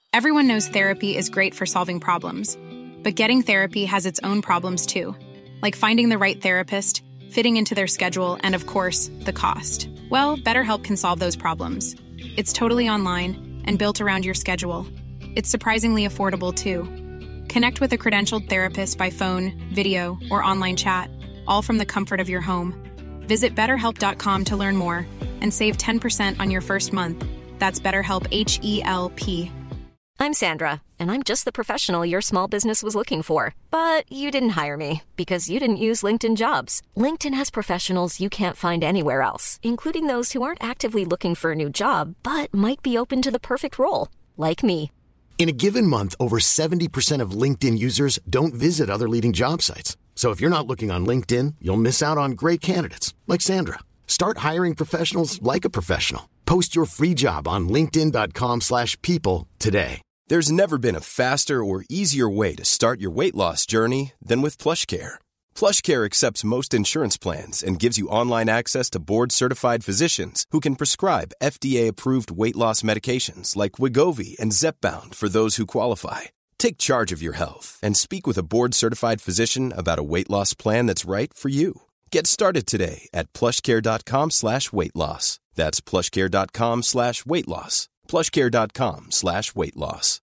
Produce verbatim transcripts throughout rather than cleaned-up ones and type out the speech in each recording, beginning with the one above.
Everyone knows therapy is great for solving problems, but getting therapy has its own problems too, like finding the right therapist, fitting into their schedule, and of course, the cost. Well, BetterHelp can solve those problems. It's totally online and built around your schedule. It's surprisingly affordable too. Connect with a credentialed therapist by phone, video, or online chat, all from the comfort of your home. Visit better help dot com to learn more and save ten percent on your first month. That's BetterHelp, H E L P. I'm Sandra, and I'm just the professional your small business was looking for. But you didn't hire me because you didn't use LinkedIn Jobs. LinkedIn has professionals you can't find anywhere else, including those who aren't actively looking for a new job, but might be open to the perfect role, like me. In a given month, over seventy percent of LinkedIn users don't visit other leading job sites. So if you're not looking on LinkedIn, you'll miss out on great candidates like Sandra. Start hiring professionals like a professional. Post your free job on linkedin dot com slash people today. There's never been a faster or easier way to start your weight loss journey than with PlushCare. PlushCare accepts most insurance plans and gives you online access to board-certified physicians who can prescribe F D A-approved weight loss medications like Wegovy and Zepbound for those who qualify. Take charge of your health and speak with a board-certified physician about a weight loss plan that's right for you. Get started today at plushcare.com slash weight loss. That's plushcare.com slash weight loss. plushcare.com slash weight loss.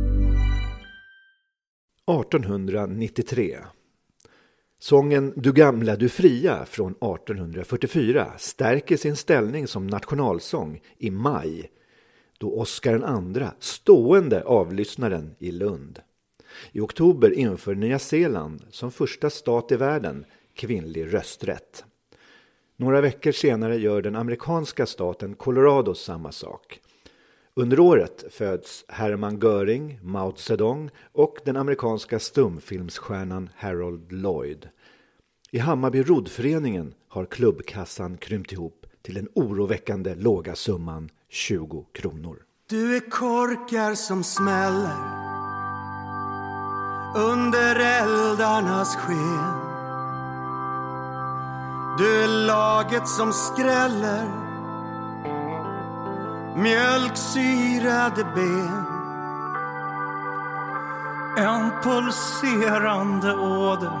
artonhundranittiotre. Sången Du gamla, du fria från artonhundrafyrtiofyra stärker sin ställning som nationalsång i maj, då Oscar den andra stående avlyssnaren i Lund. I oktober inför Nya Zeeland som första stat i världen kvinnlig rösträtt. Några veckor senare gör den amerikanska staten Colorado samma sak. Under året föds Hermann Göring, Mao Zedong och den amerikanska stumfilmsstjärnan Harold Lloyd. I Hammarby roddföreningen har klubbkassan krympt ihop till den oroväckande låga summan tjugo kronor. Du är korkar som smäller under eldarnas sken. Du är laget som skräller mjölksyrade ben. En pulserande åder.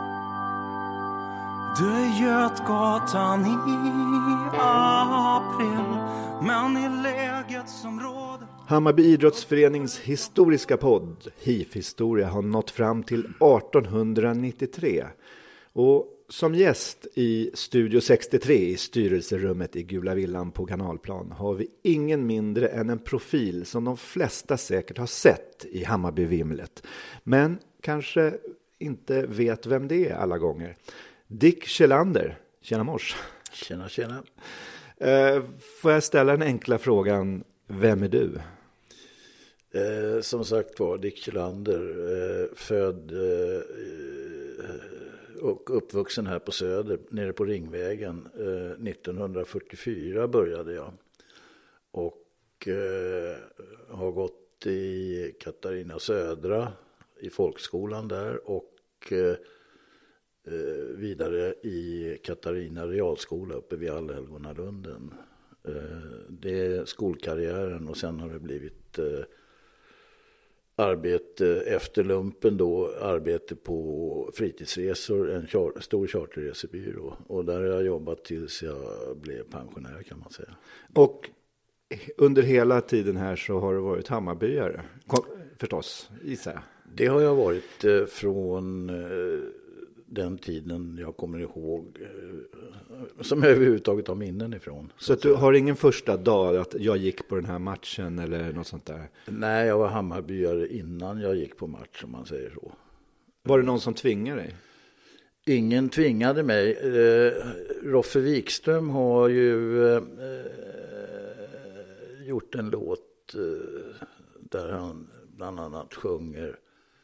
Du är Götgatan i april, men i läget som råder. Hammarby idrottsförenings historiska podd H I F-historia har nått fram till artonhundranittiotre. Och som gäst i Studio sextiotre i styrelserummet i Gula Villan på Kanalplan har vi ingen mindre än en profil som de flesta säkert har sett i Hammarby-vimlet. Men kanske inte vet vem det är alla gånger. Dick Kjellander. Tjena mors. Tjena, tjena. Uh, får jag ställa den enkla frågan, vem är du? Eh, som sagt var, Dick Kjellander, eh, född eh, och uppvuxen här på Söder, nere på Ringvägen. Eh, nittonhundrafyrtiofyra började jag och eh, har gått i Katarina Södra, i folkskolan där, och eh, vidare i Katarina realskola uppe vid Allhelgonalunden. Det är skolkarriären, och sen har det blivit arbete efter lumpen då, arbete på fritidsresor, en char- stor charterresebyrå, och där har jag jobbat tills jag blev pensionär, kan man säga. Och under hela tiden här så har du varit Hammarbyare, förstås, gissar jag. Det har jag varit från den tiden jag kommer ihåg, som jag överhuvudtaget har minnen ifrån. Så, så att du har ingen första dag att jag gick på den här matchen eller något sånt där? Nej, jag var Hammarbyare innan jag gick på match, om man säger så. Var det någon som tvingade dig? Ingen tvingade mig. Eh, Roffe Wikström har ju eh, gjort en låt eh, där han bland annat sjunger: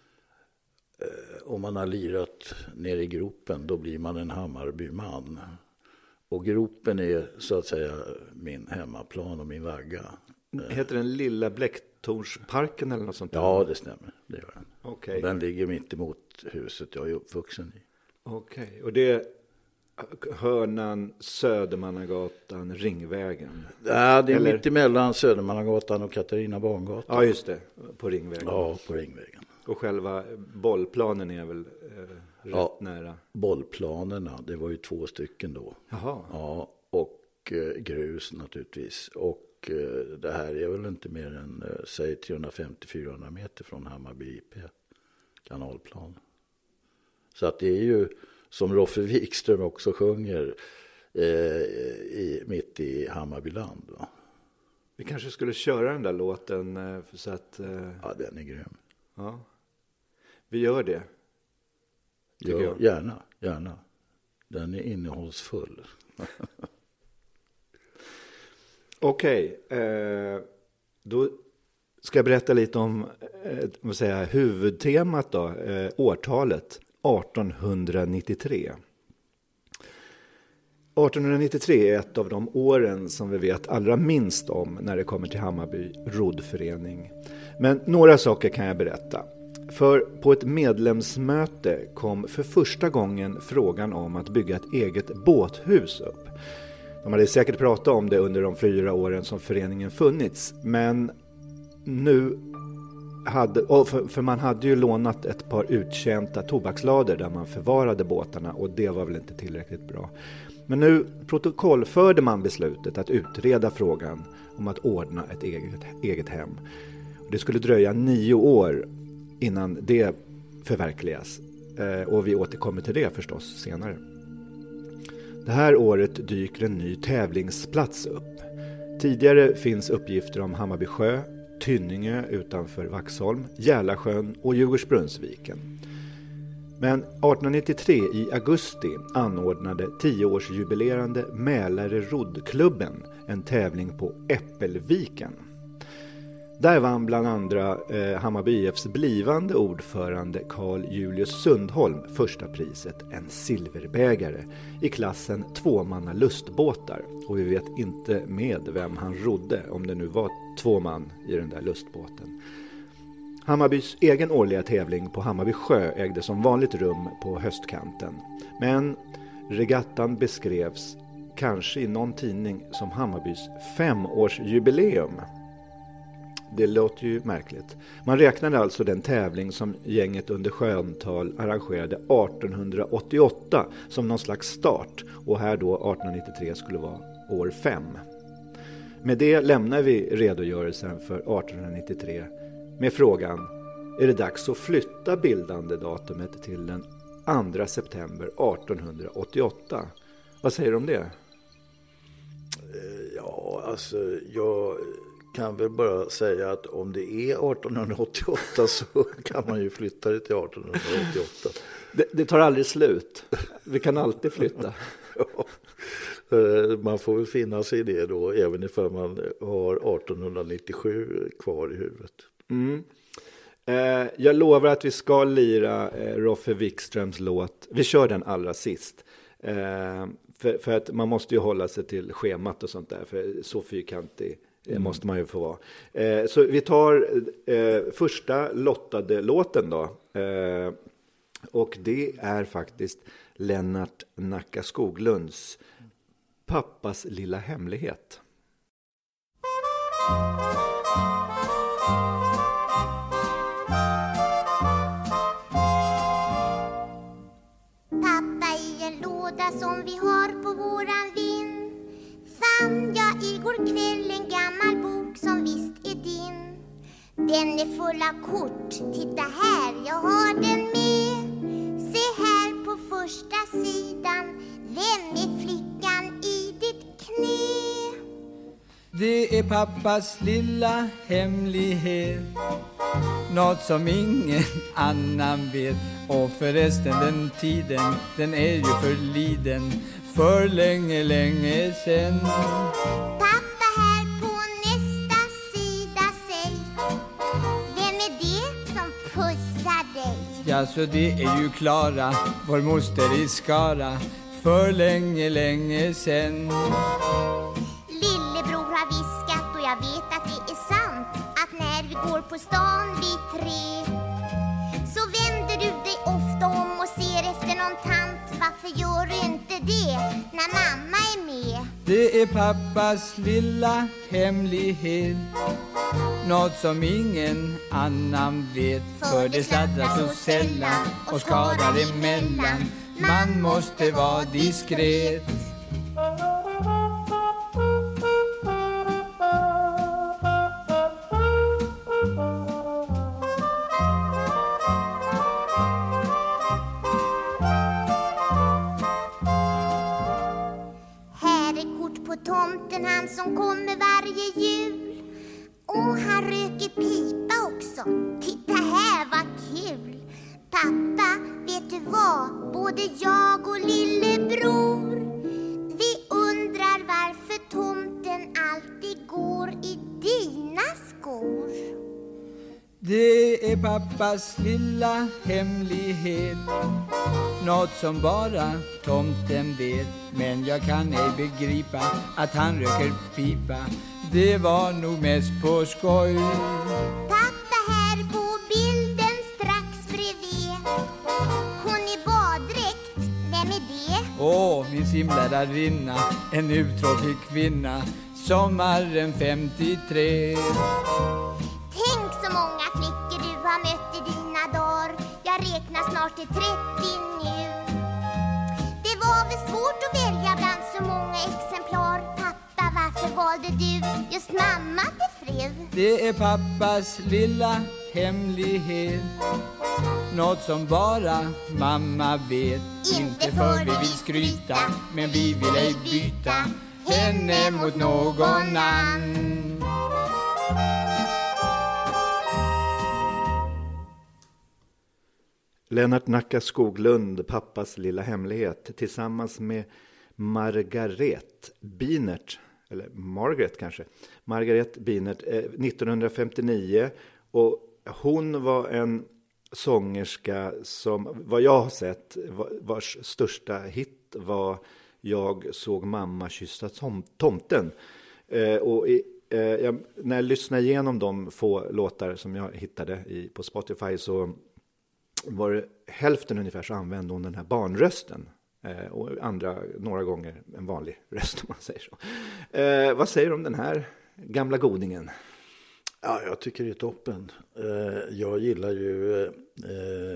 om man har lirat ner i gropen, då blir man en Hammarbyman. Och gropen är så att säga min hemmaplan och min vagga. Heter den Lilla Bläcktornsparken eller något sånt där? Ja, det stämmer. Det gör den. Okay. Den ligger mitt emot huset jag är uppvuxen i. Okej, okay. Och det hörnan Södermannagatan, Ringvägen. Ja, det är Eller... mitt emellan Södermannagatan och Katarina Barngatan. Ja, just det. På Ringvägen. Ja, på Ringvägen. Och själva bollplanen är väl eh, rätt ja, nära? Bollplanerna, det var ju två stycken då. Jaha. Ja, och eh, grus naturligtvis. Och eh, det här är väl inte mer än, eh, säg trehundrafemtio till fyrahundra meter från Hammarby I P, kanalplan. Så att det är ju, som Roffe Wikström också sjunger, eh, i, mitt i Hammarbyland. Va? Vi kanske skulle köra den där låten eh, så att... Eh... Ja, den är grym. Ja, vi gör det. Ja, jag. Gärna, gärna. Den är innehållsfull. Okej, okay, eh, då ska jag berätta lite om eh, vad säger jag, huvudtemat då, eh, årtalet artonhundranittiotre. artonhundranittiotre är ett av de åren som vi vet allra minst om när det kommer till Hammarby roddförening. Men några saker kan jag berätta. För på ett medlemsmöte kom för första gången frågan om att bygga ett eget båthus upp. De hade säkert pratat om det under de fyra åren som föreningen funnits. Men nu hade, för, för man hade ju lånat ett par uttjänta tobakslader där man förvarade båtarna och det var väl inte tillräckligt bra. Men nu protokollförde man beslutet att utreda frågan om att ordna ett eget, eget hem. Det skulle dröja nio år innan det förverkligas. Och vi återkommer till det förstås senare. Det här året dyker en ny tävlingsplats upp. Tidigare finns uppgifter om Hammarby sjö, Tynningö utanför Vaxholm, Järlasjön och Djurgårdsbrunnsviken. Men artonhundranittiotre i augusti anordnade tioårsjubilerande Mälare roddklubben en tävling på Äppelviken. Där vann bland andra eh, Hammarby I F:s blivande ordförande Carl Julius Sundholm första priset, en silverbägare i klassen tvåmanna lustbåtar. Och vi vet inte med vem han rodde, om det nu var två man i den där lustbåten. Hammarbys egen årliga tävling på Hammarby sjö ägde som vanligt rum på höstkanten. Men regattan beskrevs kanske i någon tidning som Hammarbys femårsjubileum. Det låter ju märkligt. Man räknade alltså den tävling som gänget under Sköntal arrangerade artonhundraåttioåtta som någon slags start. Och här då artonhundranittiotre skulle vara år fem. Med det lämnar vi redogörelsen för artonhundranittiotre med frågan: är det dags att flytta bildande datumet till den andra september artonhundraåttioåtta? Vad säger du om det? Ja, alltså jag kan väl bara säga att om det är artonhundraåttioåtta så kan man ju flytta det till artonhundraåttioåtta. Det, det tar aldrig slut. Vi kan alltid flytta. Ja, man får väl finna sig i det då, även ifall man har artonhundranittiosju kvar i huvudet. Mm. Eh, jag lovar att vi ska lira eh, Roffe Wikströms låt. Vi kör den allra sist. Eh, för, för att man måste ju hålla sig till schemat och sånt där. För så fyrkantig mm. måste man ju få vara. Eh, så vi tar eh, första lottade låten då. Eh, och det är faktiskt Lennart Nacka Skoglunds Pappas lilla hemlighet. Som vi har på våran vind fann jag igår kväll en gammal bok som visst är din. Den är full av kort, titta här, jag har den med. Se här på första sidan, vem är flickan i ditt knä? Det är pappas lilla hemlighet, något som ingen annan vet. Och förresten den tiden, den är ju förliden för länge, länge sen. Pappa här på nästa sida, säg, vem är det som pussar dig? Ja, så det är ju Klara, vår moster i Skara, för länge, länge sen. Lillebror har viskat och jag vet att det är sant, att när vi går på stan vi tre, så vänder du dig ofta om och ser efter någon tant. Varför gör du inte det när mamma är med? Det är pappas lilla hemlighet, något som ingen annan vet. För det sladdrar så sällan och skadar emellan. Man måste vara diskret. Tomten, han som kommer varje jul. Och han röker pipa också. Titta här, vad kul. Pappa, vet du vad? Både jag och lillebror, vi undrar varför tomten alltid går i dina skor. Det är pappas lilla hemlighet, något som bara tomten vet. Men jag kan ej begripa att han röker pipa. Det var nog mest på skoj. Pappa här på bilden strax bredvid, hon i baddräkt, vem är det? Åh, oh, min simlärarinna, en uttråkig kvinna, sommaren femtiotre. Tänk så många flickor du har mött i dina dagar. Jag räknar snart till trettio nu. Det var väl svårt att välja bland så många exemplar. Pappa, varför valde du just mamma till fru? Det är pappas lilla hemlighet, något som bara mamma vet. Inte för vi vill skryta, men vi vill ej byta henne mot någon annan. Lennart Nacka Skoglund, pappas lilla hemlighet, tillsammans med Margaret Binert, eller Margaret kanske, Margaret Binert, eh, nittonhundrafemtionio, och hon var en sångerska som, vad jag har sett, vars största hit var Jag såg mamma kyssa tom- tomten. Eh, och i, eh, jag, när jag lyssnade igenom de få låtar som jag hittade i, på Spotify, så var det hälften ungefär så använde hon den här barnrösten. Eh, och andra några gånger en vanlig röst, om man säger så. Eh, vad säger du om den här gamla godingen? Ja, jag tycker det är toppen. Eh, jag gillar ju eh,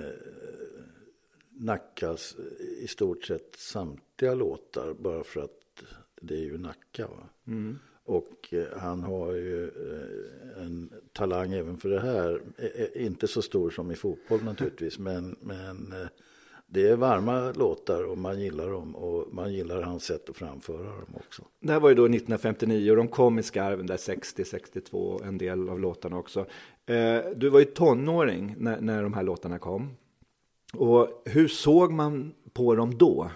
Nackas i stort sett samtliga låtar, bara för att det är ju Nacka, va? Mm. Och eh, han har ju eh, en talang även för det här. Eh, inte så stor som i fotboll naturligtvis, men, men eh, det är varma låtar och man gillar dem, och man gillar hans sätt att framföra dem också. Det här var ju då nittonhundrafemtionio, och de kom i skarven där sextio sextiotvå, en del av låtarna också. Eh, du var ju tonåring när, när de här låtarna kom. Och hur såg man på dem då?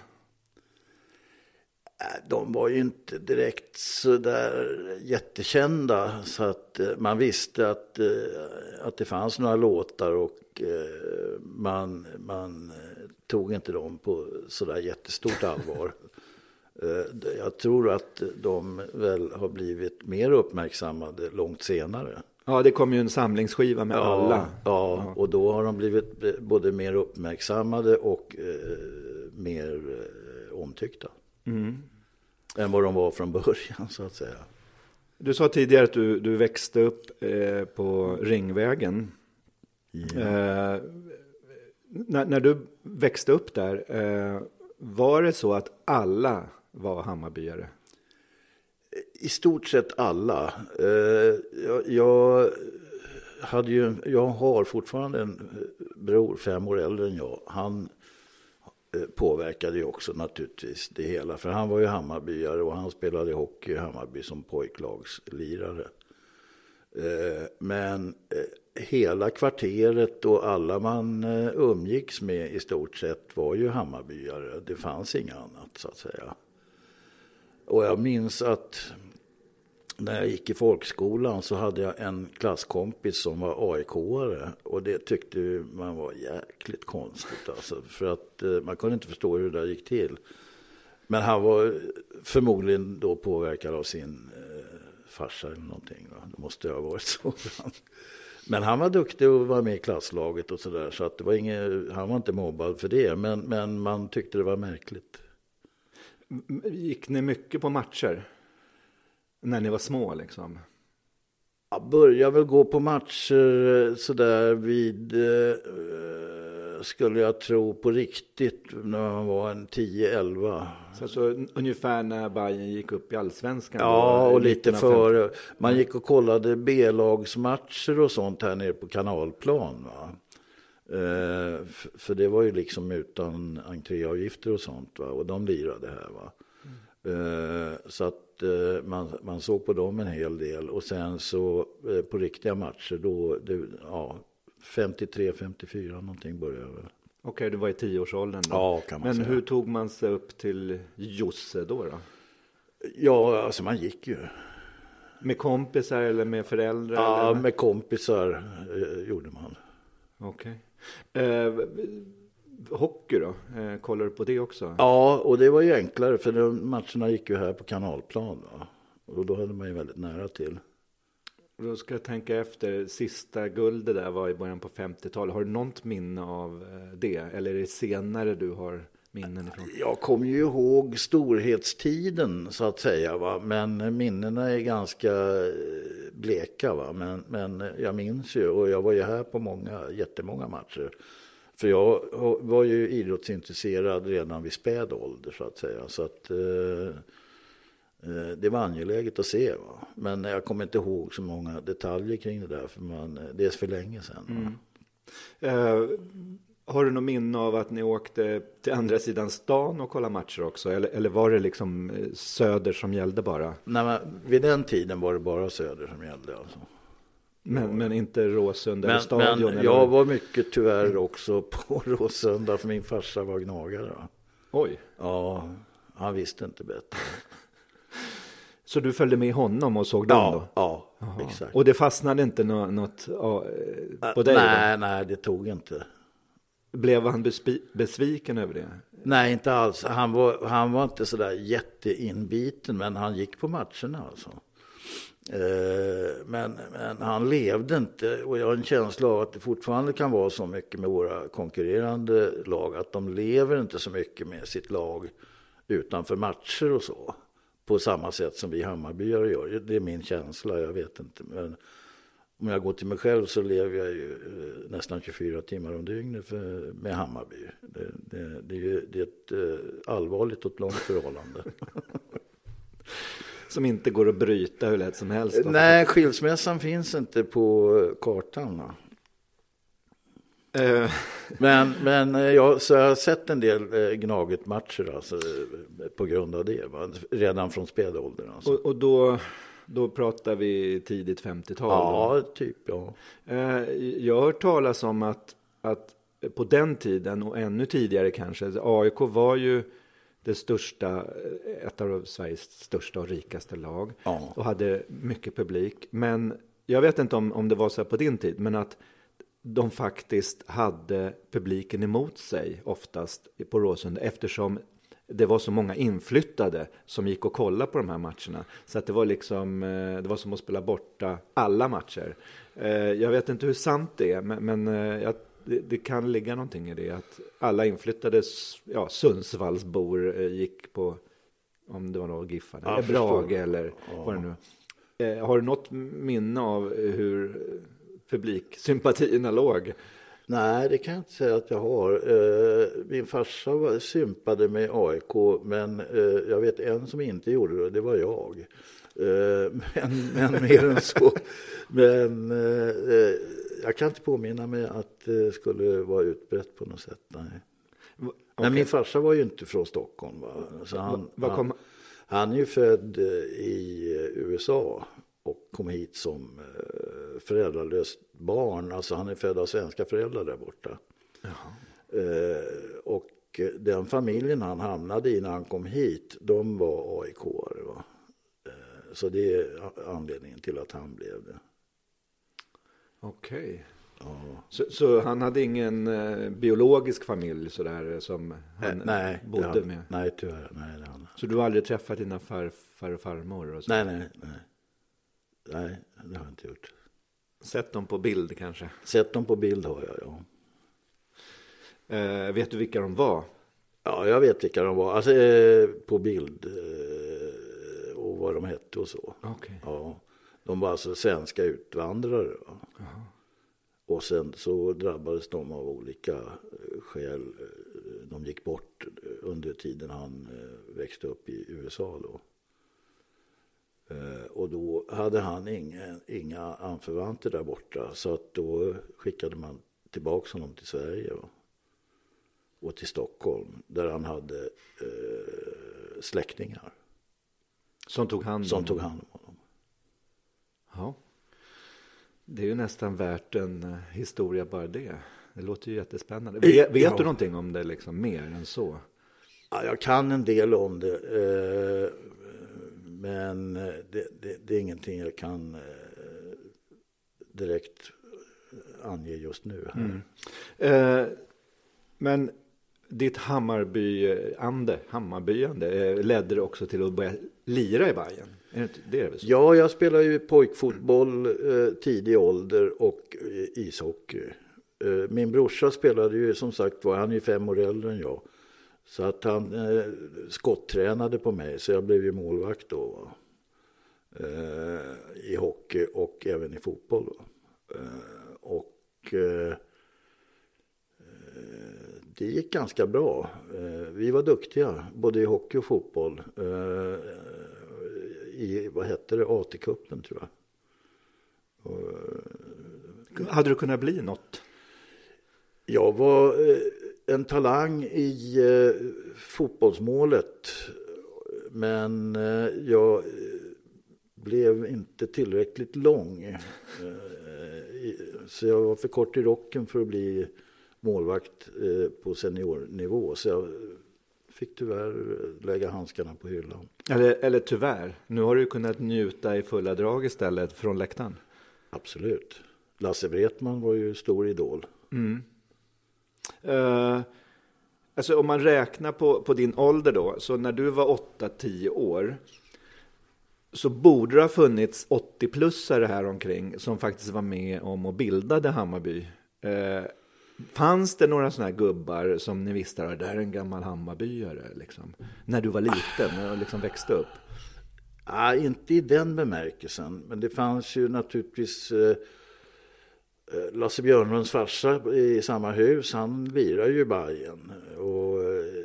De var ju inte direkt så där jättekända, så att man visste att, att det fanns några låtar, och man, man tog inte dem på så där jättestort allvar. Jag tror att de väl har blivit mer uppmärksammade långt senare. Ja, det kom ju en samlingsskiva med ja, alla. Ja, ja, och då har de blivit både mer uppmärksammade och eh, mer eh, omtyckta. Mm. Än vad de var från början, så att säga. Du sa tidigare att du, du växte upp eh, på Ringvägen. Ja. Eh, när, när du växte upp där, eh, var det så att alla var Hammarbyare? I stort sett alla. Eh, jag, jag, hade ju, jag har fortfarande en bror, fem år äldre än jag. Han påverkade ju också naturligtvis det hela. För han var ju Hammarbyare, och han spelade hockey i Hammarby som pojklagslirare. Men hela kvarteret och alla man umgicks med i stort sett var ju Hammarbyare. Det fanns inga annat, så att säga. Och jag minns att när jag gick i folkskolan så hade jag en klasskompis som var A I K-are, och det tyckte man var jäkligt konstigt, alltså, för att eh, man kunde inte förstå hur det där gick till. Men han var förmodligen då påverkad av sin eh, farsa eller någonting, va? Det måste ha varit så. Men han var duktig och var med i klasslaget och sådär, så att det var inget, han var inte mobbad för det, men, men man tyckte det var märkligt. Gick ni mycket på matcher när ni var små liksom? Jag började väl gå på matcher sådär vid, eh, skulle jag tro på riktigt, när man var en tio elva. Så, så ungefär när Bayern gick upp i Allsvenskan? Ja, då, och lite före. Man gick och kollade B-lagsmatcher och sånt här nere på Kanalplan, va? Eh, f- för det var ju liksom utan entréavgifter och sånt, va? Och de lirade här, va? Mm. Eh, så att eh, man, man såg på dem en hel del. Och sen så eh, på riktiga matcher då, det, ja, femtiotre femtiofyra någonting började väl. Okej, du var i tioårsåldern då. Ja, kan man Men säga. hur tog man sig upp till Josse då då? Ja, alltså man gick ju. Med kompisar eller med föräldrar? Ja, eller? med kompisar eh, gjorde man. Okej. Eh, hockey då? Eh, kollar du på det också? Ja, och det var ju enklare för de matcherna gick ju här på Kanalplan, va? Och då hade man ju väldigt nära till. Då ska jag tänka efter, sista guldet där var i början på femtiotalet. Har du något minne av det? Eller är det senare du har minnen ifrån? Jag kommer ju ihåg storhetstiden så att säga, va? Men minnena är ganska bleka, va? Men, men jag minns ju, och jag var ju här på många, jättemånga matcher. För jag var ju idrottsintresserad redan vid späd ålder så att säga. Så att eh, det var angeläget att se, va? Men jag kommer inte ihåg så många detaljer kring det där, för man, det är för länge sedan. Mm. Uh, har du någon minne av att ni åkte till andra sidan stan och kollade matcher också? Eller, eller var det liksom Söder som gällde bara? Nej, men vid den tiden var det bara Söder som gällde alltså. Men, ja. men inte Råsunda eller men, stadion? Men eller? jag var mycket tyvärr också på Råsunda, för min farsa var gnagare, va? Oj. Ja, han visste inte bättre. Så du följde med honom och såg dem ja, då? Ja, Jaha. exakt. Och det fastnade inte något, något ja, på dig? Nej, då? nej, det tog inte. Blev han bespi- besviken över det? Nej, inte alls. Han var, han var inte så där jätteinbiten, men han gick på matcherna alltså. Eh, men, men han levde inte, och jag har en känsla av att det fortfarande kan vara så mycket med våra konkurrerande lag, att de lever inte så mycket med sitt lag utanför matcher och så, på samma sätt som vi Hammarbyare gör. Det är min känsla, jag vet inte. Men om jag går till mig själv så lever jag ju eh, nästan tjugofyra timmar om dygnet för, med Hammarby. Det, det, det är ju det är ett eh, allvarligt och långt förhållande. Som inte går att bryta hur lätt som helst? Då. Nej, skilsmässan finns inte på kartan. Uh. Men, men jag, så jag har sett en del eh, Gnaget-matcher alltså, på grund av det, va? Redan från spädåldern. Alltså. Och, och då, då pratar vi tidigt femtiotal? Ja, då. typ, ja. Uh, jag har hört talas om att, att på den tiden och ännu tidigare kanske, A I K var ju det största, ett av Sveriges största och rikaste lag, ja. Och hade mycket publik. Men jag vet inte om, om det var så här på din tid, men att de faktiskt hade publiken emot sig oftast på Råsunda, eftersom det var så många inflyttade som gick och kollade på de här matcherna. Så att det var liksom, det var som att spela borta alla matcher. Jag vet inte hur sant det är, men, men jag, det, det kan ligga någonting i det, att alla inflyttade, ja, Sundsvallsbor gick på, om det var någon Giffan ja, eller Brage eller ja. Vad det nu. Har du något minne av hur publiksympatierna låg? Nej, det kan jag inte säga att jag har. Uh, min farsa var, sympade med A I K, men uh, jag vet en som inte gjorde det, det var jag. Uh, men, men mer än så. Men uh, jag kan inte påminna mig att det skulle vara utbrett på något sätt. Nej. Okay. Men min farsa var ju inte från Stockholm. Va? Så han, Var kom... han, han är ju född i U S A och kom hit som föräldralöst barn. Alltså han är född av svenska föräldrar där borta. Eh, och den familjen han hamnade i när han kom hit, de var A I K-are. Va? Eh, så det är anledningen till att han blev det. Okej. Okay. Ja. Så, så han hade ingen eh, biologisk familj sådär som han eh, nej, bodde hade, med? Nej, tyvärr. Nej, det hade. Så du har aldrig träffat dina farfar och farmor? Och så? Nej, nej, nej. Nej, det har jag inte gjort. Sett dem på bild kanske? Sett dem på bild har jag, ja. Eh, vet du vilka de var? Ja, jag vet vilka de var. Alltså eh, på bild eh, och vad de hette och så. Okay. Ja, de var alltså svenska utvandrare. Aha. Och sen så drabbades de av olika skäl. De gick bort under tiden han växte upp i U S A då. Och då hade han inga, inga anförvanter där borta. Så att då skickade man tillbaka honom till Sverige och, och till Stockholm. Där han hade eh, släktingar. Som tog hand om Som tog hand om honom. Ja. Det är ju nästan värt en historia bara det. Det låter ju jättespännande. Vet, vet ja. du någonting om det liksom mer än så? Ja, jag kan en del om det. Eh, men det, det, det är ingenting jag kan eh, direkt ange just nu. Här. Mm. Eh, men ditt Hammarby-ande, Hammarbyande eh, ledde det också till att börja lira i Bajen. Är det inte det? Är Ja, jag spelar ju pojkfotboll eh, tidig ålder och eh, ishockey. Eh, min brorsa spelade ju som sagt var, han är ju fem år äldre än jag. Så att han eh, skotttränade på mig, så jag blev ju målvakt då. Eh, I hockey och även i fotboll. Eh, och eh, det gick ganska bra. Eh, vi var duktiga, både i hockey och fotboll. Eh, I, vad hette det, A T-cupen tror jag. Och, hade du kunnat bli något? Jag var eh, en talang i eh, fotbollsmålet. Men eh, jag eh, blev inte tillräckligt lång. Eh, i, så jag var för kort i rocken för att bli målvakt eh, på seniornivå. Så jag fick tyvärr lägga handskarna på hyllan. Eller, eller tyvärr. Nu har du kunnat njuta i fulla drag istället från läktaren. Absolut. Lasse Wretman var ju stor idol. Mm. Uh, alltså om man räknar på, på din ålder då. Så när du var åtta tio år. Så borde det ha funnits åttio-plussare här omkring. Som faktiskt var med om att bilda Hammarby. Uh, Fanns det några såna här gubbar som ni visste att det här är en gammal Hammarbyare liksom, när du var liten, när du liksom växte upp? Ja, inte i den bemärkelsen, men det fanns ju naturligtvis eh, Lasse Björnlunds farsa i samma hus, han lirar ju Bajen och eh,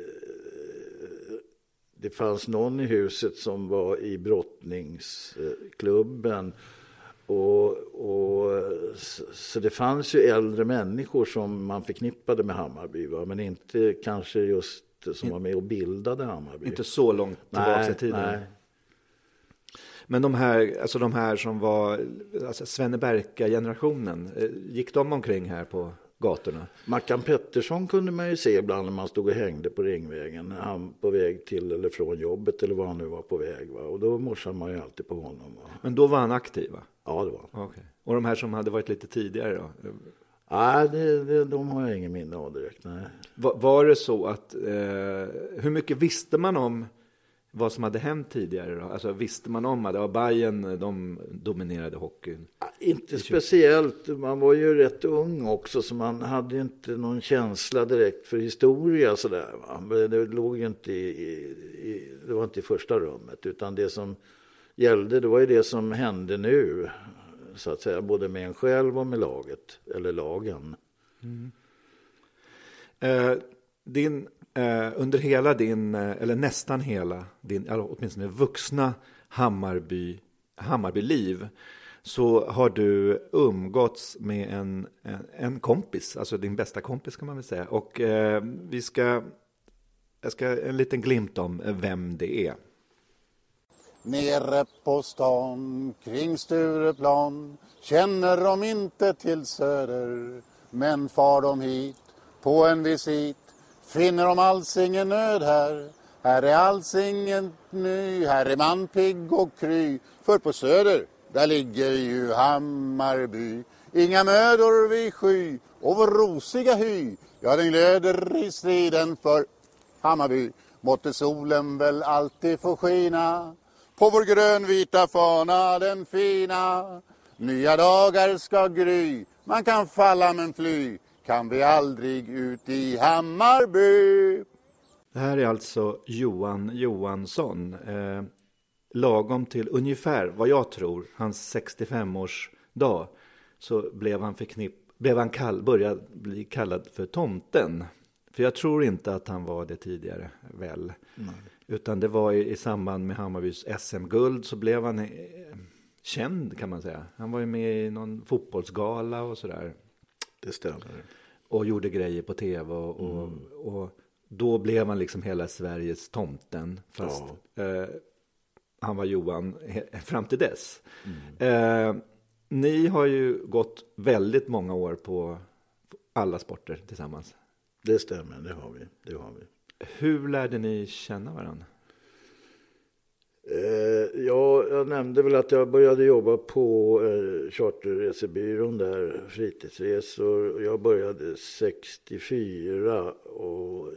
det fanns någon i huset som var i brottningsklubben. Och, och, så det fanns ju äldre människor som man förknippade med Hammarby, va? Men inte kanske just som var med och bildade Hammarby. Inte så långt tillbaka i tiden. Nej. Men de här, alltså de här som var alltså Svenne Berka-generationen, gick de omkring här på gatorna? Mackan Pettersson kunde man ju se ibland när man stod och hängde på Ringvägen. Han på väg till eller från jobbet eller var han nu var på väg. Va? Och då morsade man ju alltid på honom. Va? Men då var han aktiv, va? Ja, det var. Okay. Och de här som hade varit lite tidigare då? Nej, det, det, de har jag ingen minne av direkt. Nej. Var, var det så att, eh, hur mycket visste man om vad som hade hänt tidigare då? Alltså visste man om att det var Bajen, de dominerade hockeyn? Inte speciellt, man var ju rätt ung också så man hade inte någon känsla direkt för historia sådär, va? Men det låg ju inte i, i, det var inte i första rummet utan det som gällde, det var ju det som hände nu så att säga, både med en själv och med laget eller lagen. Mm. Eh, din Eh, under hela din, eller nästan hela din, eller åtminstone vuxna Hammarby, Hammarby-liv så har du umgåtts med en, en, en kompis, alltså din bästa kompis kan man väl säga. Och eh, vi ska, jag ska en liten glimt om vem det är. Nere på stan, kring Stureplan, känner de inte till Söder, men far de hit på en visit. Finner de alls ingen nöd här, här är alls ingen ny, här är man pigg och kry. För på Söder, där ligger ju Hammarby, inga mödor vi sky, och vår rosiga hy, ja den glöder i striden för Hammarby. Måtte solen väl alltid få skina, på vår grönvita fana den fina. Nya dagar ska gry, man kan falla men fly, kan vi aldrig ut i Hammarby. Det här är alltså Johan Johansson. Eh, lagom till ungefär vad jag tror, hans sextiofem-årsdag, så blev han förknipp, blev han kall, började bli kallad för tomten. För jag tror inte att han var det tidigare väl. Nej. Utan det var i, i samband med Hammarbys S M-guld så blev han eh, känd, kan man säga. Han var ju med i någon fotbollsgala och sådär. Det stämmer. Och gjorde grejer på tv och, och, mm. och då blev han liksom hela Sveriges tomten. Fast ja. eh, han var Johan he, fram till dess. Mm. Eh, ni har ju gått väldigt många år på alla sporter tillsammans. Det stämmer, det har vi. Det har vi. Hur lärde ni känna varandra? Eh, ja, jag nämnde väl att jag började jobba på eh, charterresebyrån där, fritidsresor. Jag började sextiofyra och eh,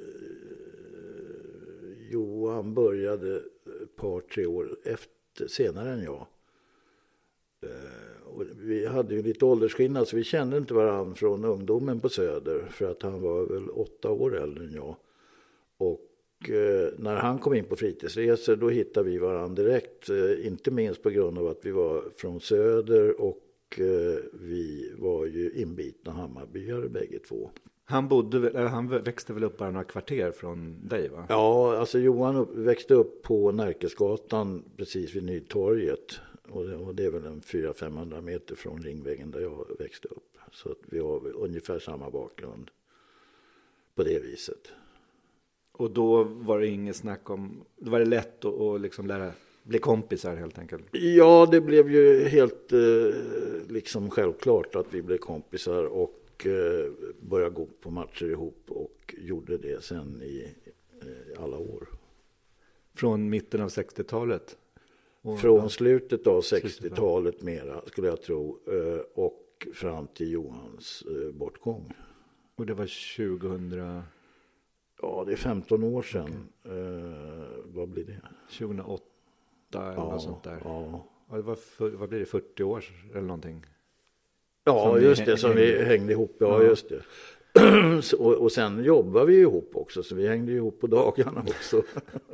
Johan började ett par, tre år efter, senare än jag. Eh, och vi hade ju lite åldersskillnad så vi kände inte varandra från ungdomen på Söder för att han var väl åtta år äldre än jag. Och när han kom in på fritidsresor då hittade vi varandra direkt, inte minst på grund av att vi var från Söder och vi var ju inbitna Hammarbyare bägge två. Han bodde, eller han växte väl upp bara några kvarter från dig, va? Ja, alltså Johan upp, växte upp på Närkesgatan precis vid Nytorget och det, och det är väl en fyra till femhundra meter från Ringvägen där jag växte upp. Så att vi har ungefär samma bakgrund på det viset. Och då var det inget snack om, då var det lätt att, att liksom lära, bli kompisar helt enkelt? Ja, det blev ju helt eh, liksom självklart att vi blev kompisar och eh, började gå på matcher ihop och gjorde det sen i eh, alla år. Från mitten av sextiotalet? Och Från slutet av sextiotalet mera skulle jag tro eh, och fram till Johans eh, bortgång. Och det var tjugohundra... Ja, det är femton år sedan. Okay. Eh, vad blir det? tjugohundraåtta eller ja, något sånt där. Ja. Ja, det var för, vad blir det? fyrtio år eller någonting? Ja, som just det. Som vi hängde ihop. Ja, ja. Just det. och, och sen jobbar vi ihop också. Så vi hängde ihop på dagarna också.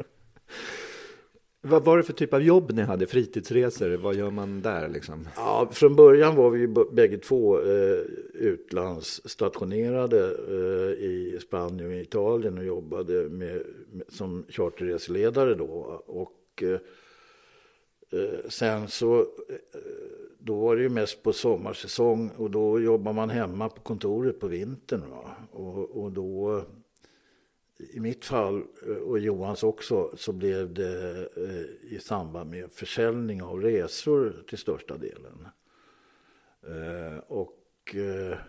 Vad var det för typ av jobb ni hade? Fritidsresor? Vad gör man där liksom? Ja, från början var vi bägge två eh, utlandsstationerade eh, i Spanien och Italien och jobbade med, med, som charterreseledare då. Och eh, sen så eh, då var det ju mest på sommarsäsong och då jobbar man hemma på kontoret på vintern. Va? Och, och då... I mitt fall och Johans också så blev det eh, i samband med försäljning av resor till största delen. Eh, och eh,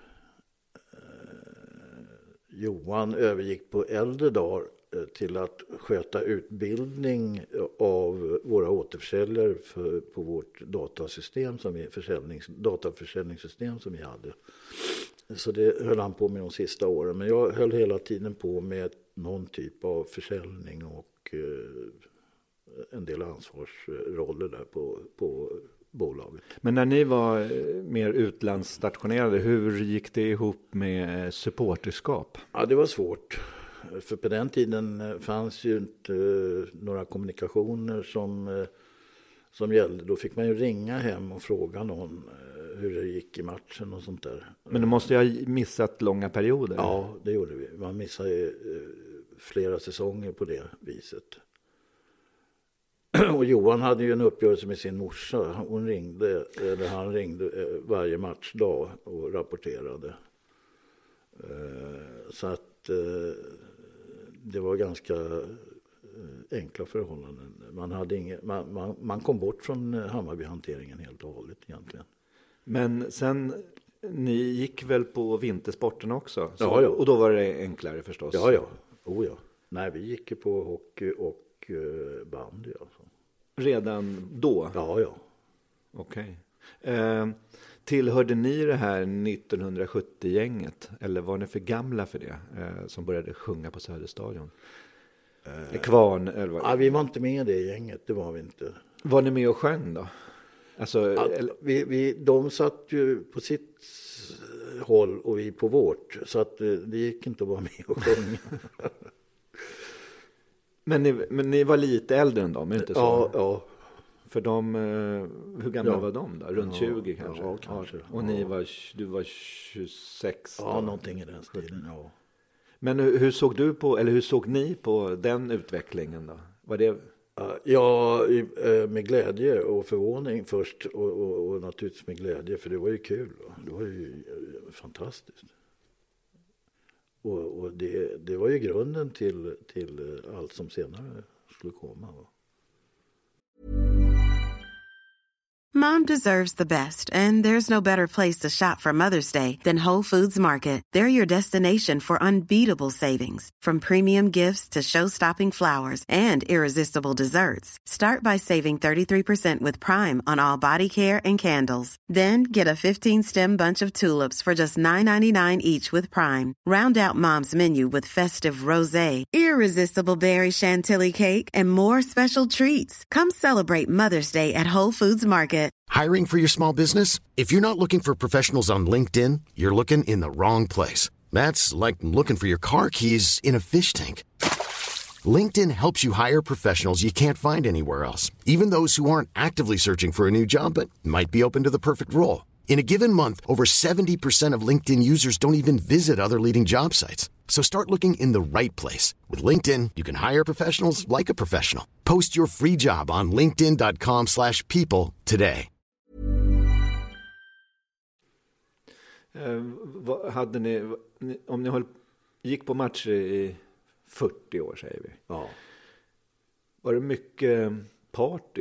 Johan övergick på äldre dagar eh, till att sköta utbildning av våra återförsäljare för, på vårt datasystem som vi, försäljnings, dataförsäljningssystem som vi hade. Så det höll han på med de sista åren. Men jag höll hela tiden på med någon typ av försäljning och eh, en del ansvarsroller där på, på bolaget. Men när ni var mer utlandsstationerade, hur gick det ihop med supporterskap? Ja, det var svårt. För på den tiden fanns ju inte några kommunikationer som, som gällde. Då fick man ju ringa hem och fråga någon hur det gick i matchen och sånt där. Men du måste ju ha missat långa perioder. Ja, det gjorde vi. Man missade flera säsonger på det viset. Och Johan hade ju en uppgörelse med sin morsa. Hon ringde, eller han ringde varje matchdag och rapporterade. Så att det var ganska enkla förhållanden. Man, hade inget, man, man, man kom bort från Hammarby-hanteringen helt och hållet egentligen. Men sen, ni gick väl på vintersporten också? Så, ja, ja. Och då var det enklare förstås? Ja, ja. Oh, ja. Nej, vi gick ju på hockey och uh, bandy alltså. Redan då? Ja, ja. Okej. Okay. Eh, tillhörde ni det här nittonhundrasjuttio-gänget? Eller var ni för gamla för det? Eh, som började sjunga på Söderstadion? Eh, Kvarn? Eller vad? Ja, vi var inte med i det gänget, det var vi inte. Var ni med och sjöng då? Alltså, ja, eller... vi, vi, de satt ju på sitt håll och vi på vårt. Så att det gick inte att vara med och sjunga. Men ni, men ni var lite äldre än dem, är det inte så? Ja, ja. För de, hur gamla ja. var de då? Runt ja, tjugo kanske? Ja, kanske. Och ni var, du var tjugosex? Ja, då. Någonting i den stilen, ja. Men hur, hur såg du på, eller hur såg ni på den utvecklingen då? Var det... Ja, med glädje och förvåning först och, och, och naturligtvis med glädje, för det var ju kul. Det var ju fantastiskt. Och, och det, det var ju grunden till, till allt som senare skulle komma. Mom deserves the best, and there's no better place to shop for Mother's Day than Whole Foods Market. They're your destination for unbeatable savings, from premium gifts to show-stopping flowers and irresistible desserts. Start by saving thirty-three percent with Prime on all body care and candles. Then get a fifteen-stem bunch of tulips for just nine ninety-nine each with Prime. Round out Mom's menu with festive rosé, irresistible berry chantilly cake, and more special treats. Come celebrate Mother's Day at Whole Foods Market. Hiring for your small business? If you're not looking for professionals on LinkedIn, you're looking in the wrong place. That's like looking for your car keys in a fish tank. LinkedIn helps you hire professionals you can't find anywhere else, even those who aren't actively searching for a new job but might be open to the perfect role. In a given month, over seventy percent of LinkedIn users don't even visit other leading job sites. So start looking in the right place. With LinkedIn, you can hire professionals like a professional. Post your free job on linkedin dot com slash people today. Eh, vad hade ni, om ni höll, gick på matcher i fyrtio år säger vi. Ja. Var det mycket party?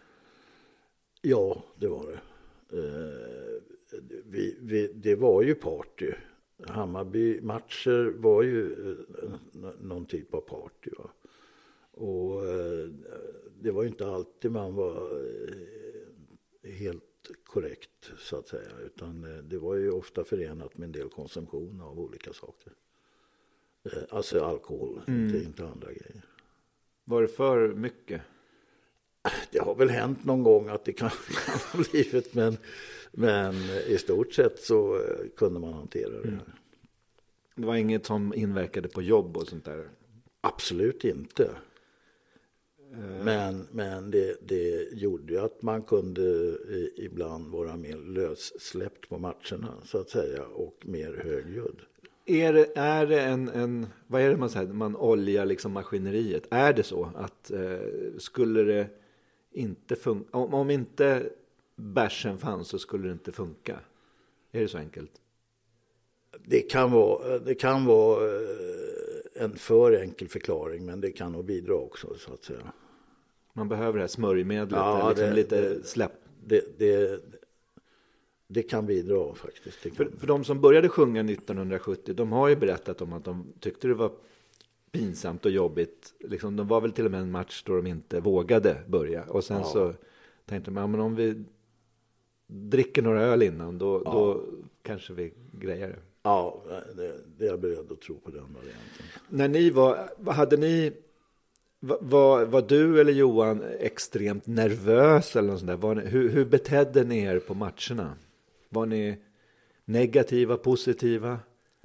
Ja, det var det. Eh, vi, vi, det var ju party. Hammarby-matcher var ju eh, någon typ av party. Va? Och eh, det var ju inte alltid man var eh, helt korrekt så att säga. Utan eh, det var ju ofta förenat med en del konsumtion av olika saker. Eh, alltså alkohol, mm. inte, inte andra grejer. Var det för mycket? Det har väl hänt någon gång att det kan ha blivit, men, men i stort sett så kunde man hantera det. Mm. Det var inget som inverkade på jobb och sånt där? Absolut inte. Uh. Men, men det, det gjorde ju att man kunde ibland vara mer lössläppt på matcherna så att säga, och mer högljudd. Är det, är det en, en, vad är det man säger, man oljar liksom maskineriet? Är det så att eh, skulle det inte funka, om, om inte bärsen fanns så skulle det inte funka? Är det så enkelt? Det kan vara, det kan vara en för enkel förklaring, men det kan nog bidra också så att säga. Man behöver det här smörjmedlet, ja, liksom det, lite det, släpp. Det, det, det kan bidra faktiskt. Det kan. För, för de som började sjunga nittonhundrasjuttio, de har ju berättat om att de tyckte det var pinsamt och jobbigt. Liksom, de var väl till och med en match då de inte vågade börja. Och sen ja. så tänkte man, men om vi dricker några öl innan, då, ja. då kanske vi grejer det. Ja, det, det är jag beredd att tro på den varianten. När ni var, hade ni, var, var du eller Johan extremt nervös eller något sånt där? Var ni, hur, hur betedde ni er på matcherna? Var ni negativa, positiva?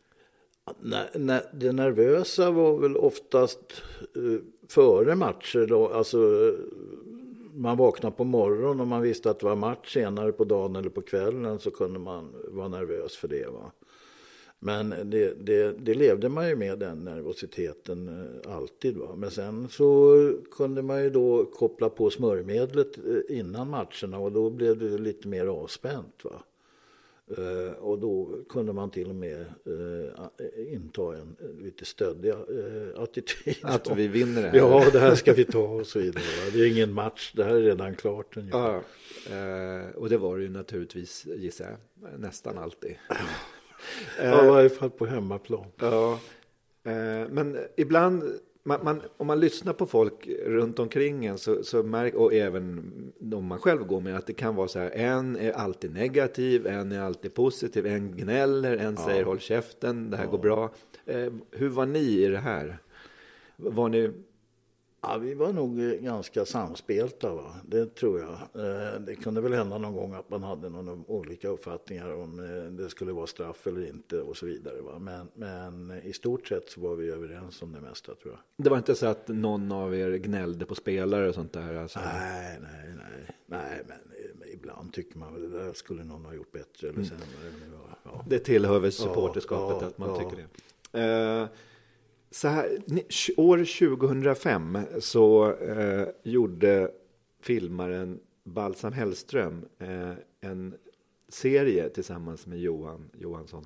Nej, nej, det nervösa var väl oftast uh, före matcher då, alltså man vaknade på morgonen och man visste att det var match senare på dagen eller på kvällen, så kunde man vara nervös för det, va. Men det, det, det levde man ju med, den nervositeten uh, alltid, va. Men sen så kunde man ju då koppla på smörjmedlet uh, innan matcherna, och då blev det lite mer avspänt, va. Uh, och då kunde man till och med uh, inta en uh, lite stöddig uh, attityd. Att vi vinner det här. Ja, det här ska vi ta och så vidare. Det är ingen match, det här är redan klart. Ja, uh, och det var det ju naturligtvis, gissar jag, nästan alltid. Ja, i varje fall på hemmaplan. Ja, uh, men ibland... Man, man, om man lyssnar på folk runt omkring en så, så märker, och även om man själv går med, att det kan vara så här, en är alltid negativ, en är alltid positiv, en gnäller, en ja. säger håll käften, det här ja. går bra. Eh, hur var ni i det här? Var ni, Ja, vi var nog ganska samspelta, va? Det tror jag. Det kunde väl hända någon gång att man hade några olika uppfattningar om det skulle vara straff eller inte och så vidare. Va? Men, men i stort sett så var vi överens om det mesta, tror jag. Det var inte så att någon av er gnällde på spelare och sånt där? Alltså. Nej, nej, nej. Nej, men ibland tycker man väl det där skulle någon ha gjort bättre eller sämre. Mm. Ja. Det tillhör väl supporterskapet ja, ja, att man ja. tycker det. Uh, Så här, år tjugohundrafem så eh, gjorde filmaren Balsam Hellström eh, en serie tillsammans med Johan Johansson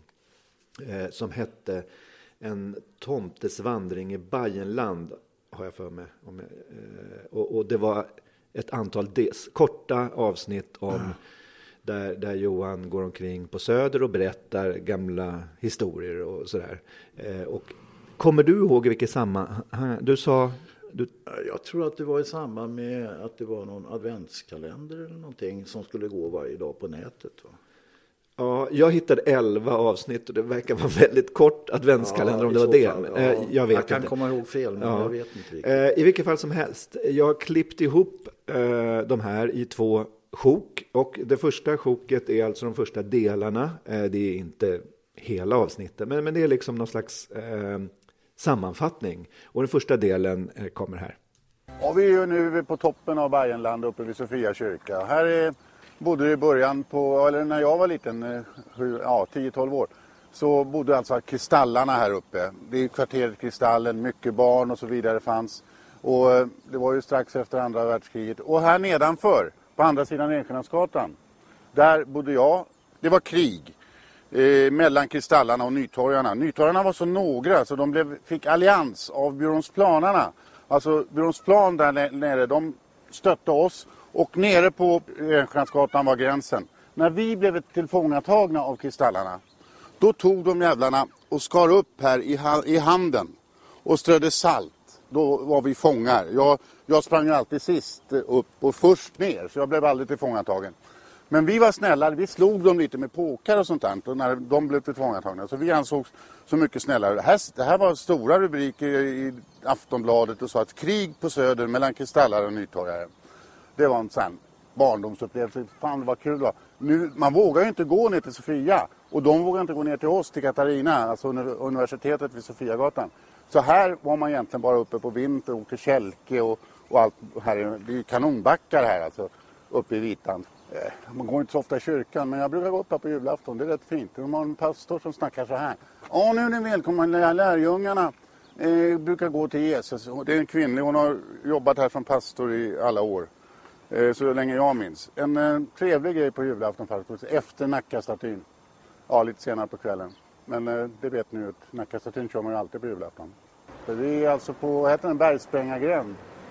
eh, som hette En tomtes vandring i Bajenland, har jag för mig. Om jag, eh, och, och det var ett antal des, korta avsnitt om mm. där, där Johan går omkring på Söder och berättar gamla historier och sådär. Eh, och kommer du ihåg vilket sammanhang? Du sa... Du... Jag tror att det var i samband med att det var någon adventskalender eller någonting som skulle gå varje dag på nätet, va? Ja, jag hittade elva avsnitt och det verkar vara väldigt kort adventskalender ja, om det var det. Fall, ja. Jag vet jag kan inte. komma ihåg fel, men ja. jag vet inte riktigt. I vilket fall som helst. Jag har klippt ihop de här i två sjok. Och det första sjoket är alltså de första delarna. Det är inte hela avsnittet, men, men det är liksom någon slags... Eh, sammanfattning. Och den första delen kommer här. Ja, vi är ju nu på toppen av Bajenland uppe vid Sofia kyrka. Här är, bodde det i början på, eller när jag var liten, ja, tio tolv år, så bodde alltså Kristallarna här uppe. Det är kvarteret Kristallen, mycket barn och så vidare fanns. Och det var ju strax efter andra världskriget. Och här nedanför, på andra sidan Enskärnadsgatan, där bodde jag. Det var krig. Eh, mellan Kristallarna och Nytorgarna. Nytorgarna var så några så de blev, fick allians av Bjurholmsplanarna. Alltså Bjurholmsplan där nere, de stötte oss och nere på Enskärnadsgatan var gränsen. När vi blev tillfångatagna av Kristallarna, då tog de jävlarna och skar upp här i, ha- i handen och strödde salt. Då var vi fångar. Jag, jag sprang alltid sist upp och först ner, så jag blev aldrig tillfångatagen. Men vi var snällare, vi slog dem lite med påkar och sånt där och när de blev tillfångatagna. Så vi ansågs så mycket snällare. Det här, det här var stora rubriker i Aftonbladet och så att krig på Söder mellan Kristallare och Nytorgare. Det var en sån barndomsupplevelse. Fan vad kul det var. Nu, man vågar ju inte gå ner till Sofia och de vågar inte gå ner till oss, till Katarina, alltså universitetet vid Sofiagatan. Så här var man egentligen bara uppe på vinter och till Kälke och, och allt här. Det är kanonbackar här alltså, uppe i Vitan. Man går inte så ofta i kyrkan, men jag brukar gå upp på julafton. Det är rätt fint. De har en pastor som snackar så här. Ja, nu är ni välkomna. Lärjungarna eh, brukar gå till Jesus. Det är en kvinnlig. Hon har jobbat här som pastor i alla år. Eh, så länge jag minns. En eh, trevlig grej på julafton faktiskt. Efter Nackastatyn. Ja, lite senare på kvällen. Men eh, det vet ni ju. Nackastatyn kör man ju alltid på julafton. Så vi är alltså på, vad heter den? Bergsprängargränd.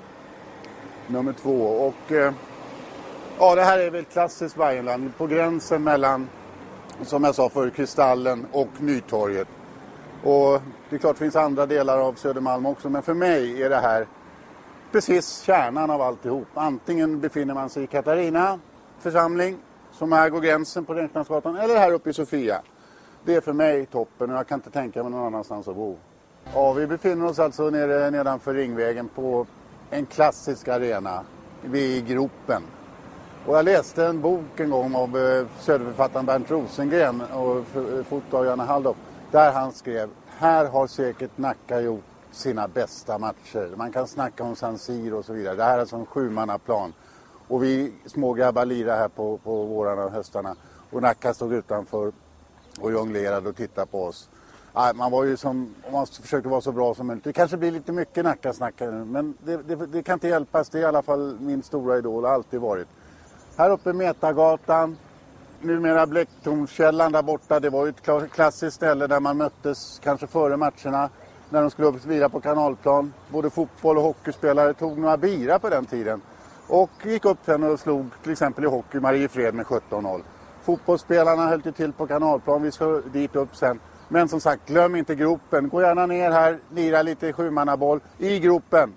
Nummer två. Och... Eh, Ja, det här är väl klassiskt Bajenland på gränsen mellan, som jag sa för Kristallen och Nytorget. Och det är klart det finns andra delar av Södermalm också, men för mig är det här precis kärnan av alltihop. Antingen befinner man sig i Katarina församling, som här går gränsen på Enskärnadsgatan, eller här uppe i Sofia. Det är för mig toppen och jag kan inte tänka mig någon annanstans att bo. Ja, vi befinner oss alltså nere nedanför Ringvägen på en klassisk arena vid Gropen. Och jag läste en bok en gång av eh, söderförfattaren Bernt Rosengren och foto av Janne Halldorf. Där han skrev, här har säkert Nacka gjort sina bästa matcher. Man kan snacka om San Siro och så vidare. Det här är som sjumannaplan. Och vi små grabbar lirar här på, på vårarna och höstarna. Och Nacka stod utanför och jonglerade och tittade på oss. Nej, man var ju som, man försökte vara så bra som möjligt. Det kanske blir lite mycket Nacka-snackare nu. Men det, det, det kan inte hjälpas. Det är i alla fall min stora idol. Det har alltid varit. Här uppe Metagatan, numera Blecktornskällan där borta. Det var ju ett klassiskt ställe där man möttes kanske före matcherna. När de skulle upp och vira på kanalplan. Både fotboll och hockeyspelare tog några bira på den tiden. Och gick upp sen och slog till exempel i hockey Mariefred med sjutton noll. Fotbollsspelarna höll till på kanalplan, vi ska dit upp sen. Men som sagt, glöm inte gropen. Gå gärna ner här, lira lite sjumannaboll i gropen.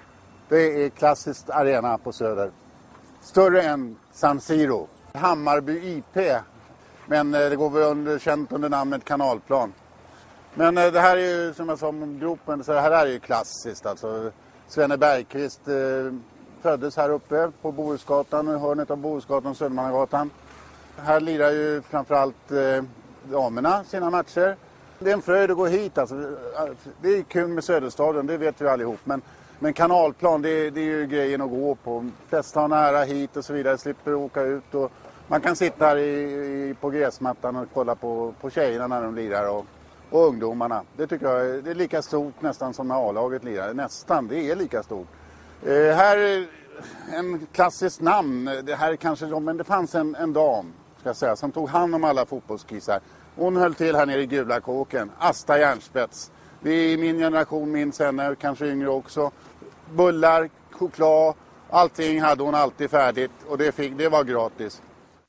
Det är klassiskt arena på Söder. Större än San Siro. Hammarby I P. Men det går väl under, känt under namnet kanalplan. Men det här är ju som jag sa om gropen, så det här är ju klassiskt. Alltså, Svenne Bergqvist eh, föddes här uppe på Bohusgatan, och hörnet av Bohusgatan och Södermannagatan. Här lirar ju framförallt eh, damerna sina matcher. Det är en fröjd att gå hit. Alltså. Det är kul med Söderstadion, det vet vi allihop. Men, men kanalplan, det, det är ju grejen att gå på. Flesta har nära hit och så vidare, slipper åka ut. Och man kan sitta här i, i, på gräsmattan och kolla på, på tjejerna när de lirar och, och ungdomarna. Det tycker jag det är lika stort nästan som när A-laget lirar. Nästan, det är lika stort. Eh, här är en klassisk namn. Det här är kanske, men det fanns en, en dam ska jag säga, som tog hand om alla fotbollskissar. Hon höll till här nere i Gula Kåken. Asta Järnspets. Det är min generation, minns henne, kanske yngre också. Bullar, choklad, allting hade hon alltid färdigt. Och det, fick, det var gratis.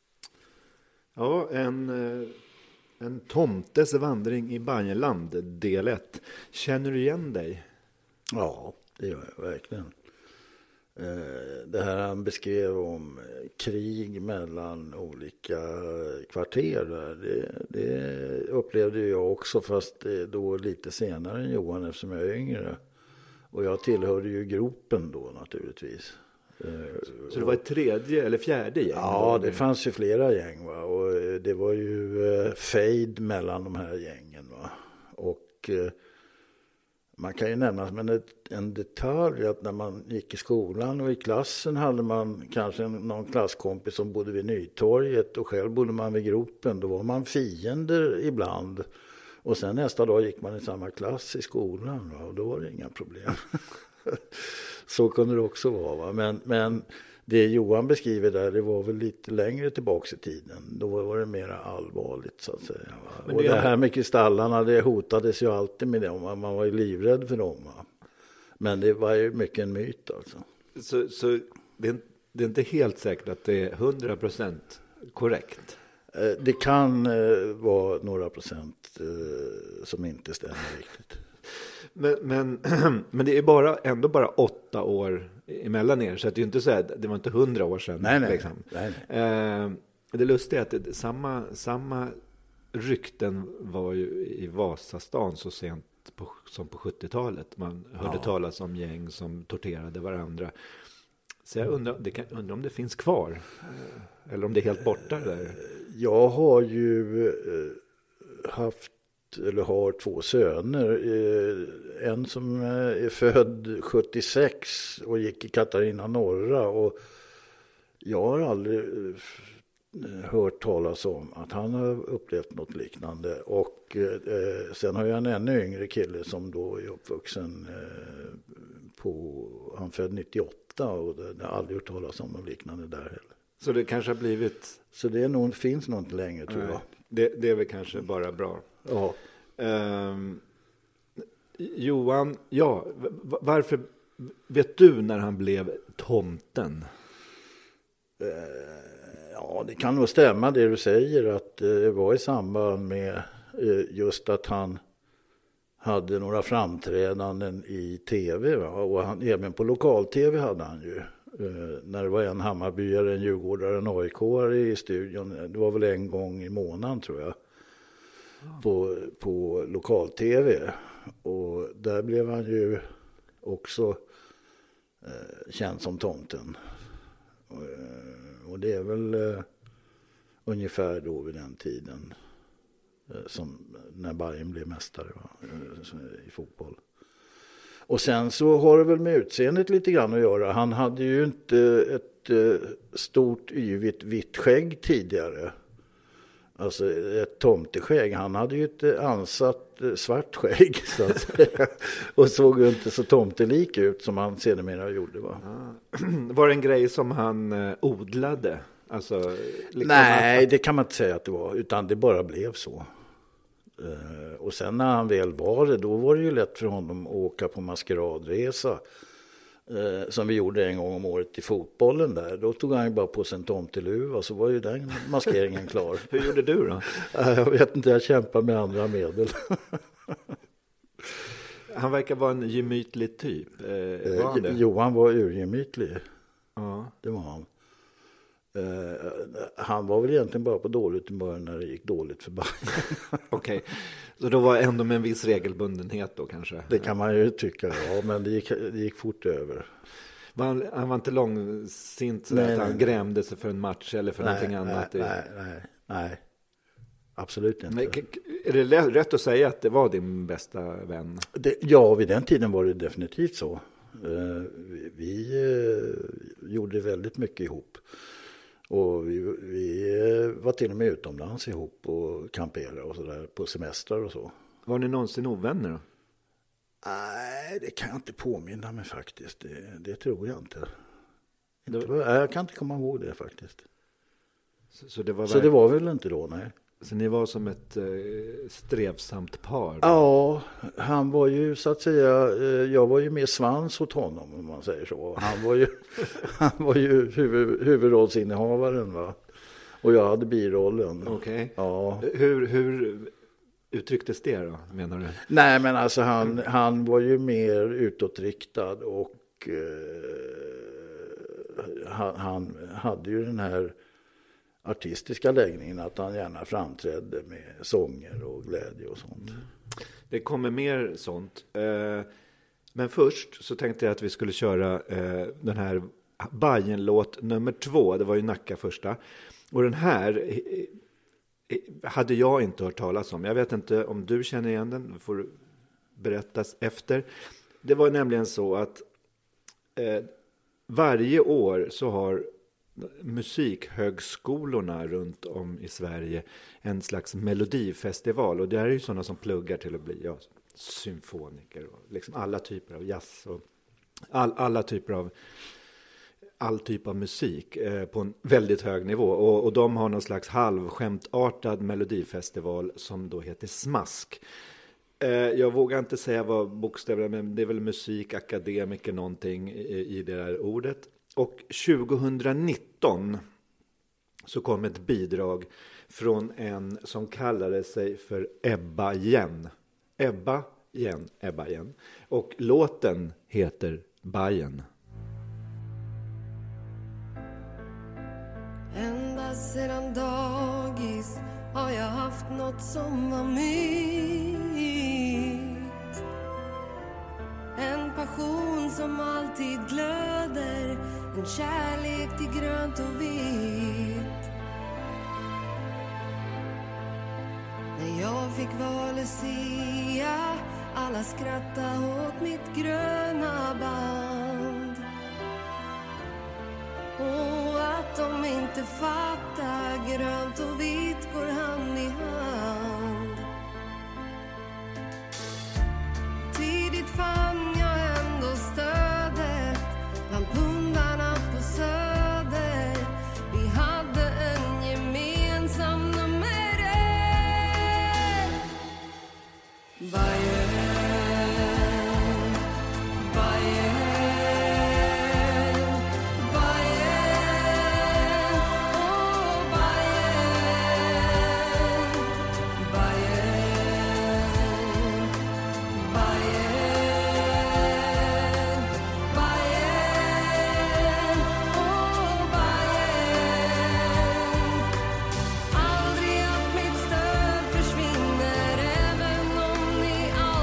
Ja, en, en tomtes vandring i Banjeland, del ett. Känner du igen dig? Ja, det gör jag verkligen. Det här han beskrev om krig mellan olika kvarter där, det, det upplevde jag också, fast då lite senare än Johan eftersom jag är yngre. Och jag tillhörde ju gropen då naturligtvis. Så det var ett tredje eller fjärde gäng? Ja, det fanns ju flera gäng va? Och det var ju fejd mellan de här gängen va. Och man kan ju nämna som en detalj att när man gick i skolan och i klassen hade man kanske någon klasskompis som bodde vid Nytorget och själv bodde man vid gropen. Då var man fiender ibland. Och sen nästa dag gick man i samma klass i skolan va? Och då var det inga problem. Så kunde det också vara va. Men, men det Johan beskriver där, det var väl lite längre tillbaka i tiden. Då var det mer allvarligt så att säga. Va? Men det och det här med kristallarna, det hotades ju alltid med dem. Man var ju livrädd för dem va. Men det var ju mycket en myt alltså. Så, så det, är, det är inte helt säkert att det är hundra procent korrekt? Det kan eh, vara några procent eh, som inte stämmer riktigt. Men, men, men det är bara, ändå bara åtta år emellan er. Så att det är inte så här, det var inte hundra år sedan. Nej, nej. Liksom. nej, nej. Eh, det lustiga är att det, samma, samma rykten var ju i Vasastan så sent på, som på sjuttiotalet. Man hörde ja. talas om gäng som torterade varandra. Så jag undrar, det kan, undrar om det finns kvar. Eller om det är helt borta där. Jag har ju haft eller har två söner. En som är född sjuttiosex och gick i Katarina Norra. Och jag har aldrig hört talas om att han har upplevt något liknande. Och eh, sen har jag en ännu yngre kille som då är uppvuxen eh, på, han född nittioåtta och det, det har aldrig hört talas om något liknande där heller. Så det kanske har blivit... Så det är nog, finns nog inte längre tror Nej, jag. Det, det är väl kanske bara bra. Ja. Um, Johan, ja, varför vet du när han blev tomten? Uh, ja, det kan nog stämma det du säger att det var i samband med uh, just att han hade några framträdanden i tv va? Och han, även på lokal-tv hade han ju. Uh, när det var en Hammarbyare, en Djurgårdare, en A I K-are i studion. Det var väl en gång i månaden tror jag. På, på lokal-tv. Och där blev han ju också uh, känd som tomten. Uh, och det är väl uh, ungefär då vid den tiden uh, som när Bayern blev mästare va? Uh, i fotboll. Och sen så har det väl med utseendet lite grann att göra. Han hade ju inte ett uh, stort yvigt vitt skägg tidigare. Alltså ett tomteskägg. Han hade ju ett ansatt uh, svart skägg så att säga. Och såg ju inte så tomtelik ut som han sedermera gjorde va. Ah. Var det en grej som han uh, odlade? Alltså, liksom nej, att... det kan man inte säga att det var. Utan det bara blev så. Uh, och sen när han väl var det, då var det ju lätt för honom att åka på maskeradresa. Uh, som vi gjorde en gång om året i fotbollen där. Då tog han ju bara på sig en tomteluva så var ju den maskeringen klar. Hur gjorde du då? Uh, jag vet inte, jag kämpar med andra medel. Han verkar vara en gemytlig typ. Uh, var han det? Johan var urgemytlig. Ja. Det var han. Uh, han var väl egentligen bara på dåligt humör när det gick dåligt för Bayern. Okej, okay. Så då var ändå med en viss regelbundenhet då kanske? Det kan man ju tycka, ja, men det gick, det gick fort över. Var han, han var inte långsint så nej, att han nej, grämde sig för en match eller för nej, någonting annat? Nej, nej, nej, nej. Absolut inte. Men, är det rätt att säga att det var din bästa vän? Det, ja, vid den tiden var det definitivt så. Uh, vi vi uh, gjorde väldigt mycket ihop. Och vi, vi uh, var till och med utomlands ihop och kamperade och sådär på semestrar och så. Var ni någonsin ovänner då? Nej, det kan jag inte påminna mig faktiskt. Det, det tror jag inte. Det var, jag kan inte komma ihåg det faktiskt. Så, så, det, var så det var väl inte då, nej. Så ni var som ett eh, strävsamt par? Då? Ja, han var ju så att säga, eh, jag var ju mer svans åt honom om man säger så. Han var ju, han var ju huvud, huvudrollsinnehavaren, va. Och jag hade birollen. Okej. Okay. Ja. Hur, hur uttrycktes det då, menar du? Nej, men alltså han, han var ju mer utåtriktad och eh, han, han hade ju den här artistiska läggningen att han gärna framträdde med sånger och glädje och sånt. Det kommer mer sånt. Men först så tänkte jag att vi skulle köra den här Bayern-låt nummer två. Det var ju Nacka första. Och den här hade jag inte hört talas om. Jag vet inte om du känner igen den. Det får berättas efter. Det var nämligen så att varje år så har musikhögskolorna runt om i Sverige en slags melodifestival, och det är ju sådana som pluggar till att bli ja, symfoniker och liksom alla typer av jazz och all, alla typer av all typ av musik eh, på en väldigt hög nivå, och, och de har någon slags halvskämtartad melodifestival som då heter Smask. eh, jag vågar inte säga vad bokstäverna, men det är väl musikakademiker någonting i, i det där ordet. Och tjugonitton så kom ett bidrag från en som kallade sig för Ebba igen. Ebba igen, Ebba igen. Och låten heter Bayern. Ända sedan dagis har jag haft något som var mitt. En passion som alltid glöder, en kärlek till grönt och vitt. När jag fick vara Lucia, alla skrattade åt mitt gröna band. Och att de inte fattar, grönt och vitt går hand i hand. Tidigt fann jag ändå stödet bland pundarna på Söder. Vi hade en gemensam nummer ett. Bayern, Bayern, Bayern, oh Bayern, Bayern, Bayern, Bayern, oh Bayern. Aldrig att mitt stöd försvinner, även om ni aldrig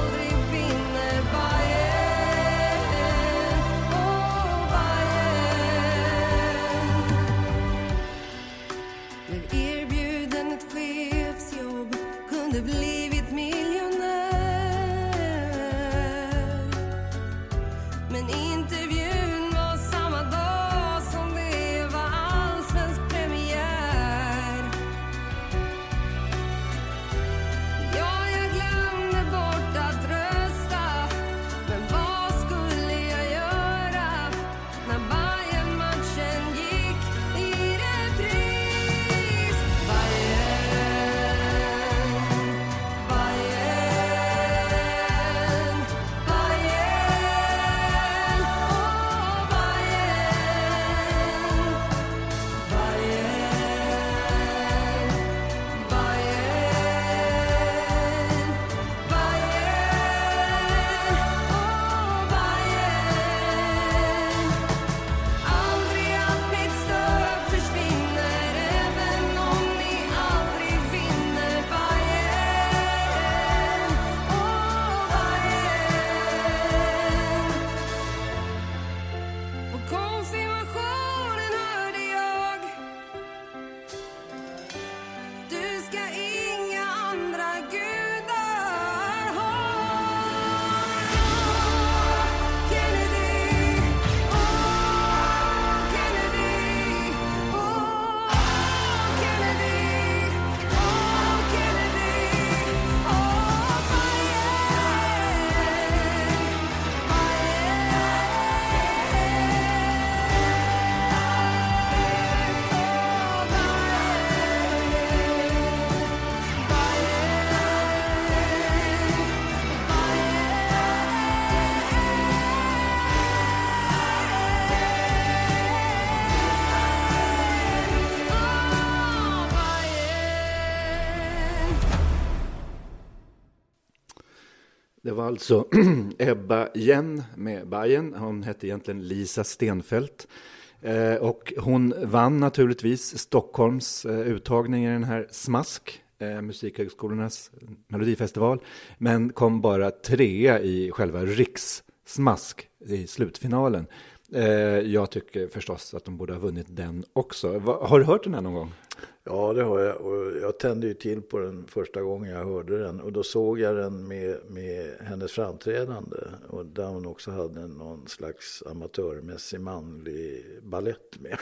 Det var alltså Ebba Jen med Bayern. Hon hette egentligen Lisa Stenfeldt. Eh, och hon vann naturligtvis Stockholms eh, uttagning i den här Smask, eh, Musikhögskolornas melodifestival. Men kom bara trea i själva Rikssmask i slutfinalen. Eh, jag tycker förstås att de borde ha vunnit den också. Va, har du hört den här någon gång? Ja, det har jag. Och jag tände ju till på den första gången jag hörde den. Och då såg jag den med, med hennes framträdande. Och där hon också hade någon slags amatörmässig manlig ballett med.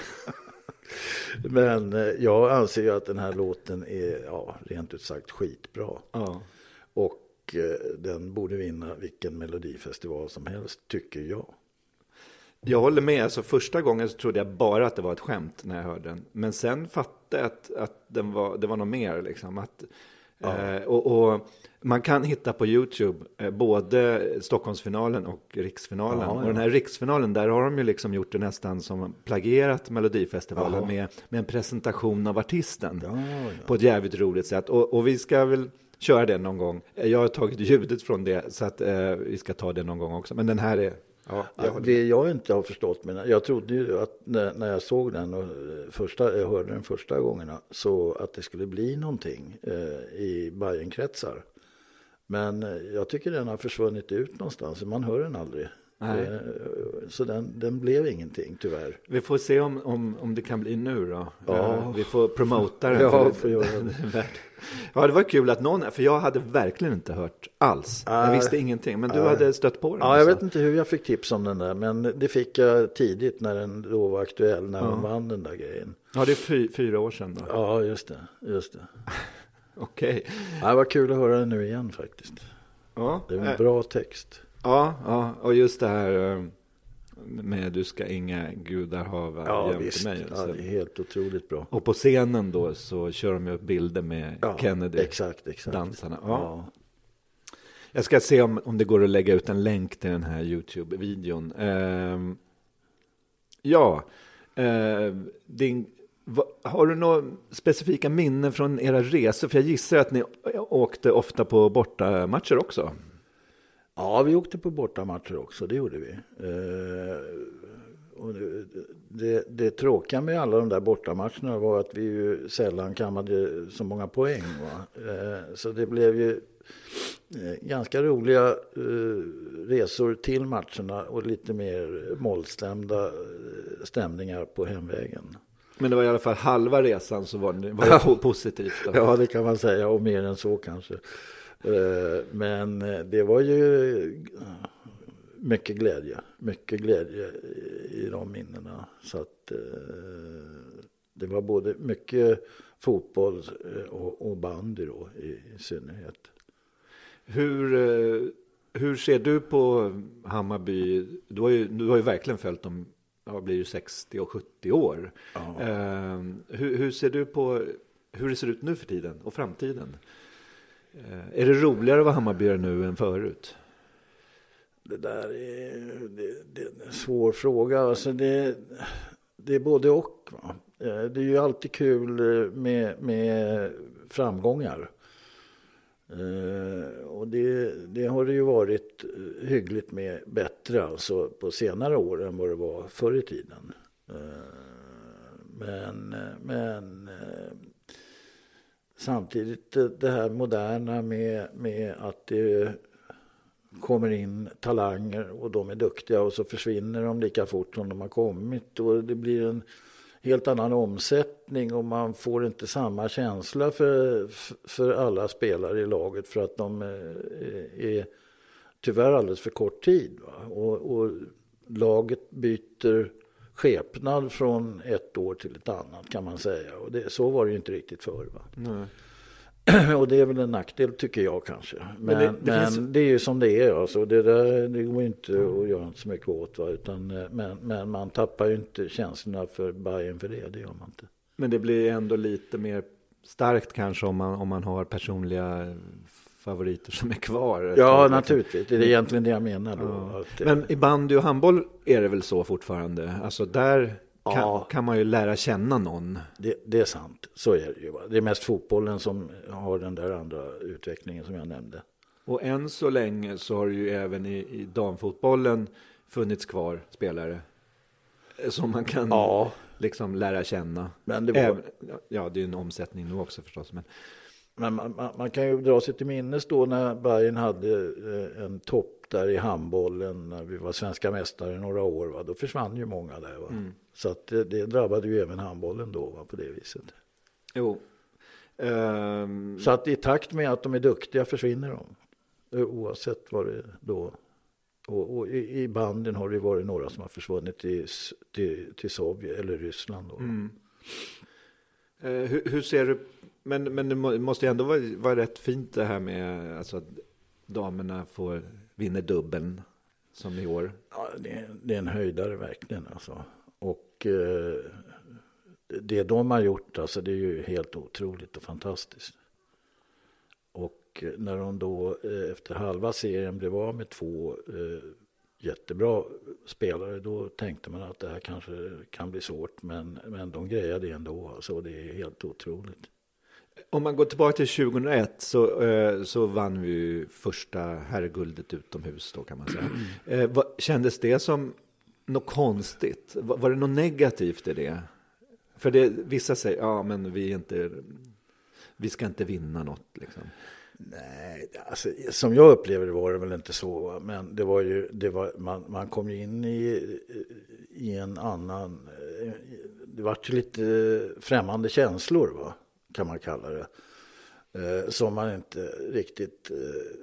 Men jag anser ju att den här låten är, ja, rent ut sagt skitbra. Ja. Och eh, den borde vinna vilken melodifestival som helst, tycker jag. Jag håller med. Alltså första gången så trodde jag bara att det var ett skämt när jag hörde den. Men sen fattade jag att, att den var, det var något mer. Liksom. Att, ja. eh, och, och man kan hitta på YouTube eh, både Stockholmsfinalen och riksfinalen. Ja, ja. Och den här riksfinalen, där har de ju liksom gjort det nästan som plagierat Melodifestivalen med, med en presentation av artisten. Ja, ja. På ett jävligt roligt sätt. Och, och vi ska väl köra det någon gång. Jag har tagit ljudet från det så att eh, vi ska ta det någon gång också. Men den här är... Ja, jag det jag inte har förstått, men jag trodde ju att när, när jag såg den och första, jag hörde den första gångerna, så att det skulle bli någonting eh, i Bayernkretsar. Men jag tycker den har försvunnit ut någonstans, man hör den aldrig. Eh, så den, den blev ingenting, tyvärr. Vi får se om, om, om det kan bli nu då. Ja. Eh, vi får promota den. Ja, för det. Ja, det var kul att någon, för jag hade verkligen inte hört alls. Jag visste ingenting, men du äh, hade stött på den. Ja, jag vet inte hur jag fick tips om den där, men det fick jag tidigt när den då var aktuell, när ja. man vann den där grejen. Ja, det är fy, fyra år sedan då. Ja, just det, just det. Okej. Okay. Ja, det var kul att höra den nu igen faktiskt. Ja. Det var en bra text. Ja, ja, och just det här med du ska inga gudar hava ja, jämte visst. mig. Ja, det är helt otroligt bra. Och på scenen då så kör de ju upp bilder med ja, Kennedy. Exakt, exakt. Dansarna. Ja. Ja. Jag ska se om, om det går att lägga ut en länk till den här YouTube-videon. Uh, ja, uh, din, va, har du några specifika minnen från era resor? För jag gissar att ni åkte ofta på bortamatcher också. Ja, vi åkte på bortamatcher också, det gjorde vi. Eh, och det, det, det tråkiga med alla de där bortamatcherna var att vi ju sällan kammade så många poäng. Va? Eh, så det blev ju eh, ganska roliga eh, resor till matcherna och lite mer mollstämda stämningar på hemvägen. Men det var i alla fall halva resan så var det, var det ja. positivt. Då. Ja, det kan man säga, och mer än så kanske. Men det var ju mycket glädje, mycket glädje i de minnena. Så att det var både mycket fotboll och bandy då i synnerhet. Hur, hur ser du på Hammarby? Du har ju, du har ju verkligen följt dem, ja, blir ju sextio och sjuttio år. Ja. Hur, hur ser du på hur det ser ut nu för tiden och framtiden? Är det roligare att vara Hammarbyare nu än förut? Det där är, det, det är en svår fråga. Alltså det, det är både och. Va? Det är ju alltid kul med, med framgångar. Och det, det har det ju varit hyggligt med bättre alltså på senare år än vad det var förr i tiden. Men... men samtidigt det här moderna med, med att det kommer in talanger och de är duktiga och så försvinner de lika fort som de har kommit. Och det blir en helt annan omsättning och man får inte samma känsla för, för alla spelare i laget för att de är tyvärr alldeles för kort tid. Va? Och, och laget byter skepnad från ett år till ett annat kan man säga. Och det, så var det ju inte riktigt förr. Va? Nej. Och det är väl en nackdel tycker jag kanske. Men, men, det, det, men finns... det är ju som det är. Alltså. Det, där, det går inte mm. att göra så mycket åt. Va? Utan, men, men man tappar ju inte känslorna för Bayern för det. Det gör man inte. Men det blir ändå lite mer starkt kanske om man, om man har personliga favoriter som är kvar. Ja, naturligtvis. Det är egentligen det jag menar. Då, ja. att, men i bandy och handboll är det väl så fortfarande? Alltså där kan, ja. kan man ju lära känna någon. Det, det är sant. Så är det ju. Va? Det är mest fotbollen som har den där andra utvecklingen som jag nämnde. Och än så länge så har det ju även i, i damfotbollen funnits kvar spelare som man kan ja. liksom lära känna. Men det var... även, ja, det är en omsättning nu också förstås. Men, men man, man, man kan ju dra sig till minnes då när Bayern hade en topp där i handbollen när vi var svenska mästare några år. Va? Då försvann ju många där. Va? Mm. Så att det, det drabbade ju även handbollen då va? På det viset. Jo. Um... Så att i takt med att de är duktiga försvinner de. Oavsett vad det då. Och, och i, i banden har det varit några som har försvunnit till, till, till Sovjet eller Ryssland. Då. Mm. Uh, hur, hur ser du, men, men det måste ju ändå vara, vara rätt fint det här med alltså, att damerna får vinna dubbeln som i år. Ja, det, är, det är en höjdare verkligen. Alltså. Och uh, det de har gjort, alltså, det är ju helt otroligt och fantastiskt. Och när de då efter halva serien blev av med två eh, jättebra spelare, då tänkte man att det här kanske kan bli svårt, men, men de grejade det ändå, alltså det är helt otroligt. Om man går tillbaka till tjugohundraett så, eh, så vann vi ju första herrguldet utomhus då kan man säga. Eh, vad, kändes det som något konstigt? Var, var det något negativt i det? För det, vissa säger, ja men vi är inte... Vi ska inte vinna något liksom. Nej, alltså, som jag upplever det var det väl inte så. Men det var ju, det var, man, man kom ju in i, i en annan... Det var ju lite främmande känslor, va? Kan man kalla det. Eh, som man inte riktigt... Eh,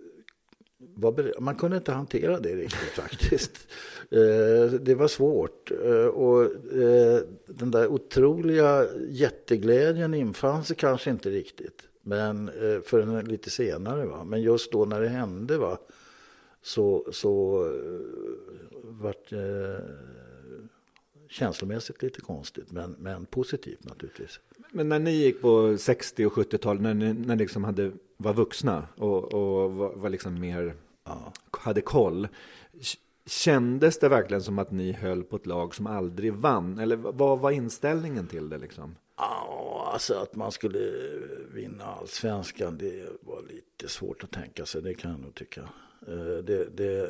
var, man kunde inte hantera det riktigt faktiskt. Eh, det var svårt. Eh, och eh, den där otroliga jätteglädjen infann sig kanske inte riktigt. Men eh, förrän lite senare, va. Men just då när det hände, va. Så, så eh, vart eh, känslomässigt lite konstigt. Men, men positivt naturligtvis. Men när ni gick på sextio- och sjuttiotalet, när ni när liksom hade, var vuxna och, och var, var liksom mer, ja. hade koll, kändes det verkligen som att ni höll på ett lag som aldrig vann? Eller vad var inställningen till det liksom? Ja, alltså att man skulle vinna allsvenskan, det var lite svårt att tänka sig, det kan jag nog tycka. Det, det,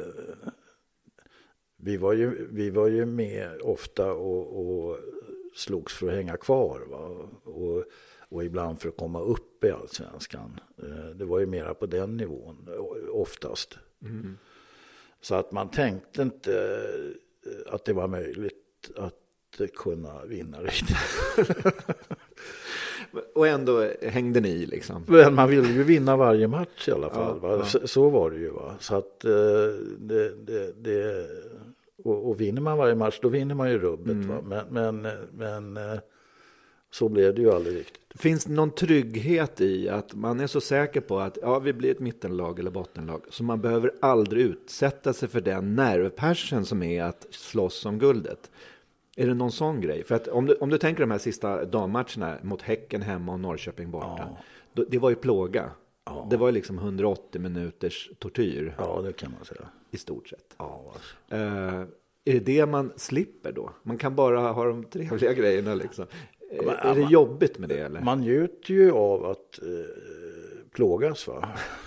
vi, var ju, vi var ju med ofta och, och slogs för att hänga kvar, va? Och, och ibland för att komma upp i allsvenskan. Det var ju mera på den nivån oftast. Mm. Så att man tänkte inte att det var möjligt att kunna vinna riktigt. Och ändå hängde ni liksom. Men man ville ju vinna varje match i alla fall. Ja, ja. Så, så var det ju, va. Så att det... det, det och, och vinner man varje match, då vinner man ju rubbet. Mm. Va? Men, men, men så blev det ju aldrig riktigt. Finns det någon trygghet i att man är så säker på att ja, vi blir ett mittenlag eller bottenlag, så man behöver aldrig utsätta sig för den nervpärsen som är att slåss om guldet? Är det någon sån grej? För att om du, om du tänker de här sista dammatcherna mot Häcken hemma och Norrköping borta, ja. då, det var ju plåga. Ja. Det var ju liksom hundraåttio minuters tortyr. Ja, det kan man säga. I stort sett. Ja, alltså. uh, är det det man slipper då? Man kan bara ha de trevliga grejerna liksom. Ja, men, är det man, jobbigt med det eller? Man njuter ju av att uh, plågas, va?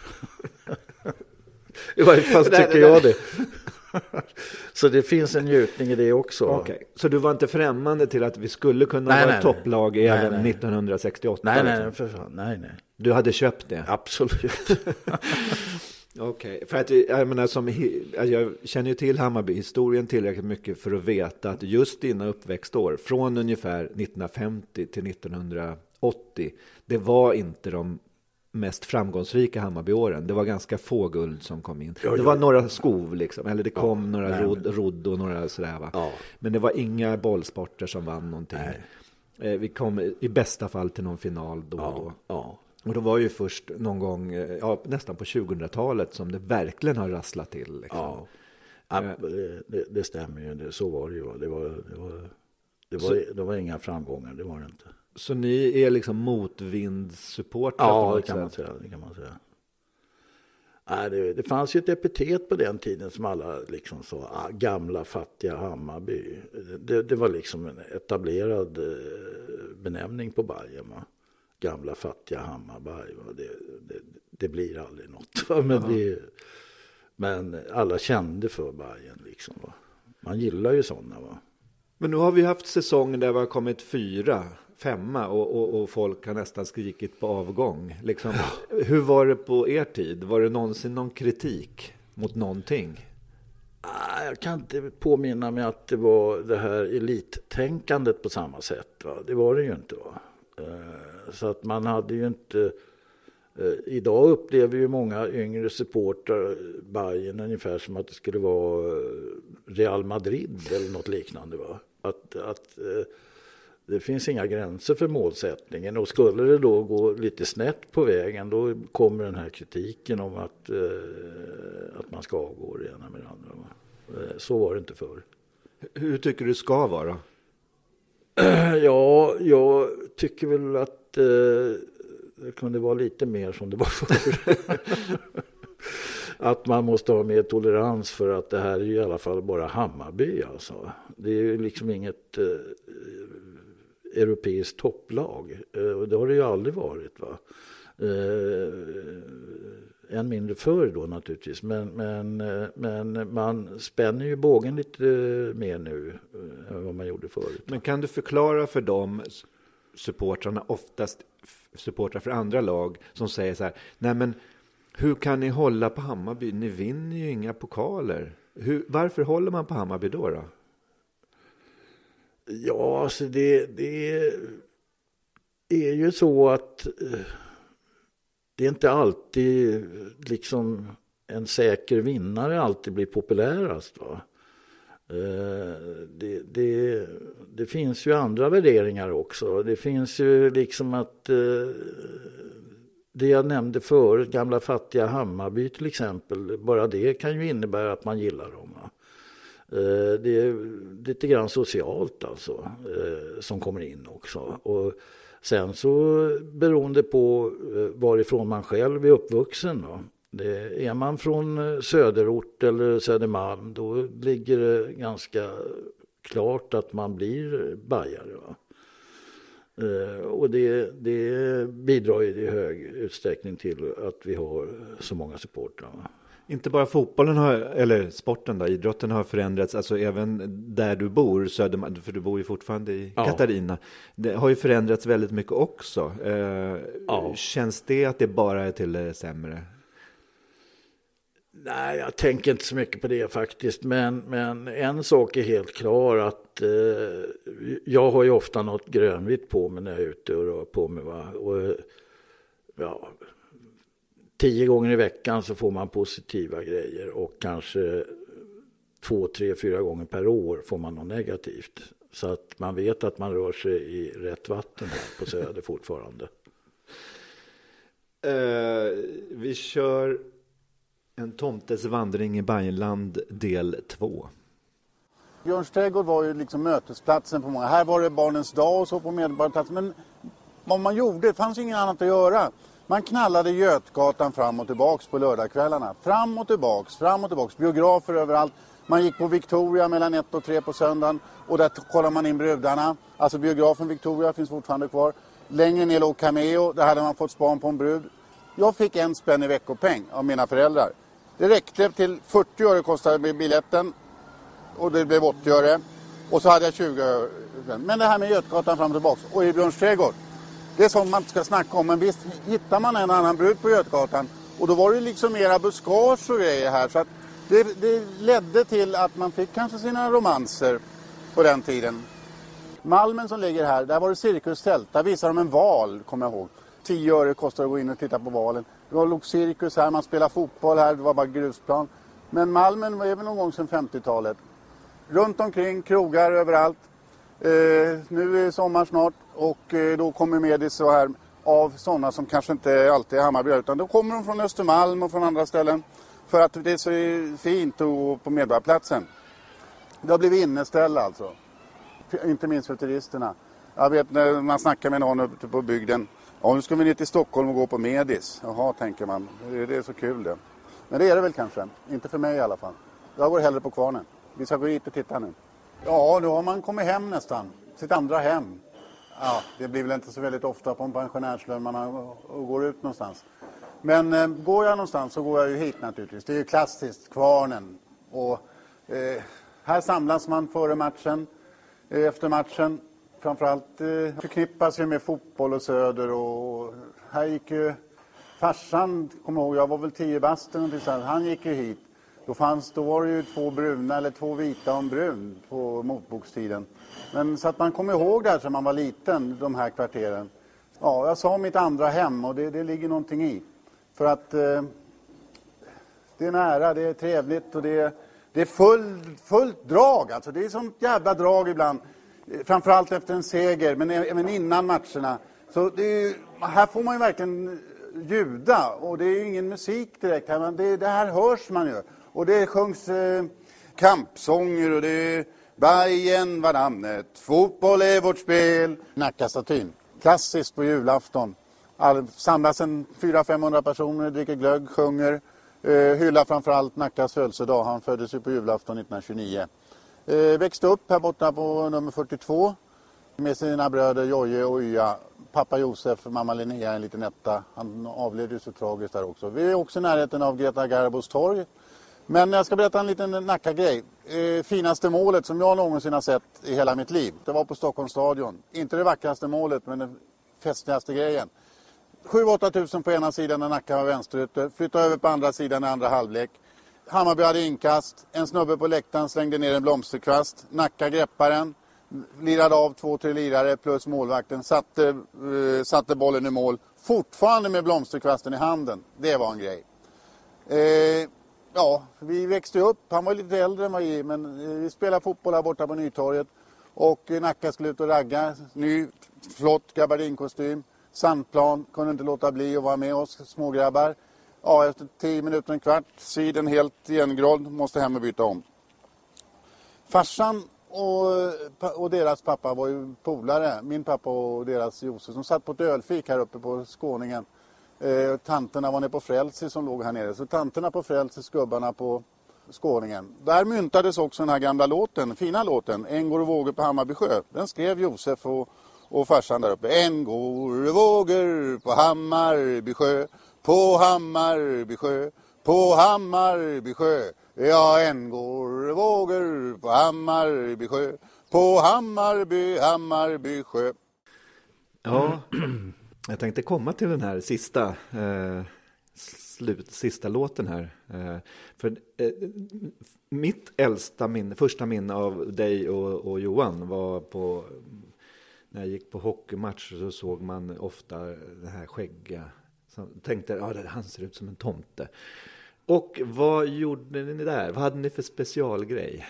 I varje fall tycker nej, jag nej. det. Så det finns en njutning i det också. Okay. Så du var inte främmande till att vi skulle kunna nej, vara nej, topplag nej. även nej, nej. nittonhundrasextioåtta? Nej, nej, för fan. nej, nej. Du hade köpt det? Absolut. Okej, okay. För att jag menar, som, jag känner ju till Hammarby-historien tillräckligt mycket för att veta att just dina uppväxtår, från ungefär nittonhundrafemtio till nittonhundraåttio, det var inte de mest framgångsrika Hammarbyåren. Det var ganska få guld som kom in. Ja, det var ja. några skov liksom, eller det kom ja, några rodd, rodd och några sådär, va. Ja. Men det var inga bollsporter som vann någonting. Nej. Vi kom i bästa fall till någon final då och då. Ja. Och då var ju först någon gång, ja, nästan på tjugohundratalet som det verkligen har rasslat till. Liksom. Ja, ja det, det, det stämmer ju. Det, så var det ju. Det var, det var, det var, så, det var inga framgångar, det var det inte. Så ni är liksom motvindssupportrar? Ja, det kan, man säga, det kan man säga. Nej, det, det fanns ju ett epitet på den tiden som alla liksom sa, ah, gamla fattiga Hammarby. Det, det var liksom en etablerad benämning på Bayern, va? Gamla fattiga Hammarby. Det, det, det blir aldrig något. Va? Men, det, men alla kände för Bajen liksom. Va? Man gillar ju sådana, va. Men nu har vi haft säsonger där vi har kommit fyra, femma och, och, och folk har nästan skrikit på avgång. Liksom, ja. Hur var det på er tid? Var det någonsin någon kritik mot någonting? Jag kan inte påminna mig att det var det här elittänkandet på samma sätt. Va? Det var det ju inte. Va? Så att man hade ju inte... Idag upplever ju många yngre supportrar Bayern ungefär som att det skulle vara Real Madrid eller något liknande. Va? Att, att det finns inga gränser för målsättningen, och skulle det då gå lite snett på vägen, då kommer den här kritiken om att, att man ska avgå det ena med det andra. Va? Så var det inte förr. Hur tycker du ska vara? Ja, jag tycker väl att det kunde vara lite mer som det var förr. Att man måste ha mer tolerans, för att det här är ju i alla fall bara Hammarby. Alltså. Det är ju liksom inget eh, europeiskt topplag. Eh, det har det ju aldrig varit. Va? Eh, än mindre förr då naturligtvis. Men, men, men man spänner ju bågen lite mer nu än vad man gjorde förut. Men kan du förklara för dem supportrarna, oftast supportrar för andra lag, som säger så här: nej men hur kan ni hålla på Hammarby? Ni vinner ju inga pokaler. Hur, varför håller man på Hammarby då då? Ja, alltså det, det är ju så att det är inte alltid liksom en säker vinnare alltid blir populärast, va? Det, det, det finns ju andra värderingar också. Det finns ju liksom att det jag nämnde förut, gamla fattiga Hammarby till exempel, bara det kan ju innebära att man gillar dem. Va? Det är lite grann socialt alltså som kommer in också. Och sen så beroende på varifrån man själv är uppvuxen då. Det, är man från söderort eller Södermalm, då ligger det ganska klart att man blir bajare. Va? Eh, och det, det bidrar ju i hög utsträckning till att vi har så många supportrar. Va? Inte bara fotbollen har, eller sporten då, idrotten har förändrats, alltså även där du bor, Södermalm, för du bor ju fortfarande i ja. Katarina. Det har ju förändrats väldigt mycket också. Eh, ja. Känns det att det bara är till det sämre? Nej, jag tänker inte så mycket på det faktiskt. Men, men en sak är helt klar, att eh, jag har ju ofta något grönvitt på mig när jag är ute och rör på mig. Va? Och, ja, tio gånger i veckan så får man positiva grejer, och kanske två, tre, fyra gånger per år får man något negativt. Så att man vet att man rör sig i rätt vatten här på Söder fortfarande. Uh, vi kör... En tomtes vandring i Bajenland del två. Björns trädgård var ju liksom mötesplatsen på många. Här var det barnens dag och så på Medborgarplatsen. Men vad man gjorde, det fanns ingen annat att göra. Man knallade Götgatan fram och tillbaks på lördagskvällarna. Fram och tillbaks, fram och tillbaks. Biografer överallt. Man gick på Victoria mellan ett och tre på söndagen. Och där kollade man in brudarna. Alltså biografen Victoria finns fortfarande kvar. Längre ner låg Cameo. Där hade man fått span på en brud. Jag fick en spänn i veckopeng av mina föräldrar. Det räckte till fyrtio öre kostade biljetten, och det blev åttio öre. Och så hade jag tjugo öre. Men det här med Götgatan fram och tillbaka och i Björns trädgård, det är sånt man ska snacka om. Men visst hittar man en annan brud på Götgatan, och då var det liksom mera buskage och grejer här. Så att det, det ledde till att man fick kanske sina romanser på den tiden. Malmen som ligger här, där var det cirkustält. Där visade de en val, kommer jag ihåg. tio öre kostade att gå in och titta på valen. Det var låg cirkus här, man spelade fotboll här, det var bara grusplan. Men Malmen var även någon gång sedan femtiotalet. Runt omkring, krogar överallt. Eh, nu är sommar snart, och eh, då kommer Medis så här av sådana som kanske inte alltid är Hammarby, utan då kommer de från Östermalm och från andra ställen. För att det är så fint och på Medborgarplatsen. Det har blivit inneställ alltså. Inte minst för turisterna. Jag vet när man snackar med någon ute på bygden. Ja, nu ska vi ner till Stockholm och gå på Medis. Jaha, tänker man. Det är så kul det. Men det är det väl kanske. Inte för mig i alla fall. Jag går hellre på Kvarnen. Vi ska gå hit och titta nu. Ja, nu har man kommit hem nästan. Sitt andra hem. Ja, det blir väl inte så väldigt ofta på en pensionärslön man går ut någonstans. Men eh, går jag någonstans så går jag ju hit naturligtvis. Det är ju klassiskt, Kvarnen. Och eh, här samlas man före matchen, eh, efter matchen. Framförallt eh, förknippas ju med fotboll och söder. Och här gick ju farsan, kommer ihåg, jag var väl tio basten och så, han gick ju hit. Då, fanns, då var det ju två bruna eller två vita och en brun på motbokstiden. Men så att man kommer ihåg det här som man var liten, de här kvarteren. Ja, jag sa mitt andra hem och det, det ligger någonting i. För att eh, det är nära, det är trevligt och det är, det är full, fullt drag. Alltså det är sånt jävla drag ibland. Framförallt efter en seger, men även innan matcherna. Så det är, här får man ju verkligen ljuda. Och det är ju ingen musik direkt här, men det, det här hörs man ju. Och det sjungs eh, kampsånger och det är Bajen var namnet, fotboll är vårt spel. Nackastatyn, klassiskt på julafton. All, samlas en fyra till femhundra personer, dricker glögg, sjunger. Eh, hyllar framförallt Nackas födelsedag, han föddes ju på julafton nittonhundratjugonio. Eh, växte upp här borta på nummer fyrtiotvå med sina bröder Joje och Uja. Pappa Josef, mamma Linnea, en liten etta. Han avled ju så tragiskt där också. Vi är också i närheten av Greta Garbos torg. Men jag ska berätta en liten Nacka-grej. Eh, finaste målet som jag någonsin har sett i hela mitt liv. Det var på Stockholms stadion. Inte det vackraste målet, men den festligaste grejen. sju till åtta tusen på ena sidan när Nacka var vänsterute. Flyttade över på andra sidan i andra halvlek. Hammarby hade inkast. En snubbe på läktaren slängde ner en blomsterkvast. Nacka grepparen. Lirade av två, tre lirare plus målvakten. Satte, uh, satte bollen i mål. Fortfarande med blomsterkvasten i handen. Det var en grej. Eh, ja, vi växte upp. Han var lite äldre än vad vi, men eh, vi spelade fotboll här borta på Nytorget. Och eh, Nacka skulle ut och ragga. Ny, flott gabardinkostym. Sandplan. Kunde inte låta bli att vara med oss smågrabbar. Ja, efter tio minuter, en kvart. Siden helt igengrodd. Måste hem och byta om. Farsan och, och deras pappa var ju polare. Min pappa och deras Josef som satt på ett ölfik här uppe på Skåningen. Eh, tanterna var nere på Frälsi som låg här nere. Så tanterna på Frälsi, skubbarna på Skåningen. Där myntades också den här gamla låten, fina låten. En går och vågor på Hammarby sjö. Den skrev Josef och, och farsan där uppe. En går och vågor på Hammarby sjö. På Hammarby sjö. På Hammarby sjö. Ja, en går och vågor på Hammarby sjö. På Hammarby, Hammarby sjö. Ja, jag tänkte komma till den här sista eh, slut, sista låten här. Eh, för eh, mitt äldsta minne, första minne av dig och, och Johan var på, när jag gick på hockeymatch så såg man ofta det här skägga. Så tänkte jag, ja, han ser ut som en tomte. Och vad gjorde ni där? Vad hade ni för specialgrej?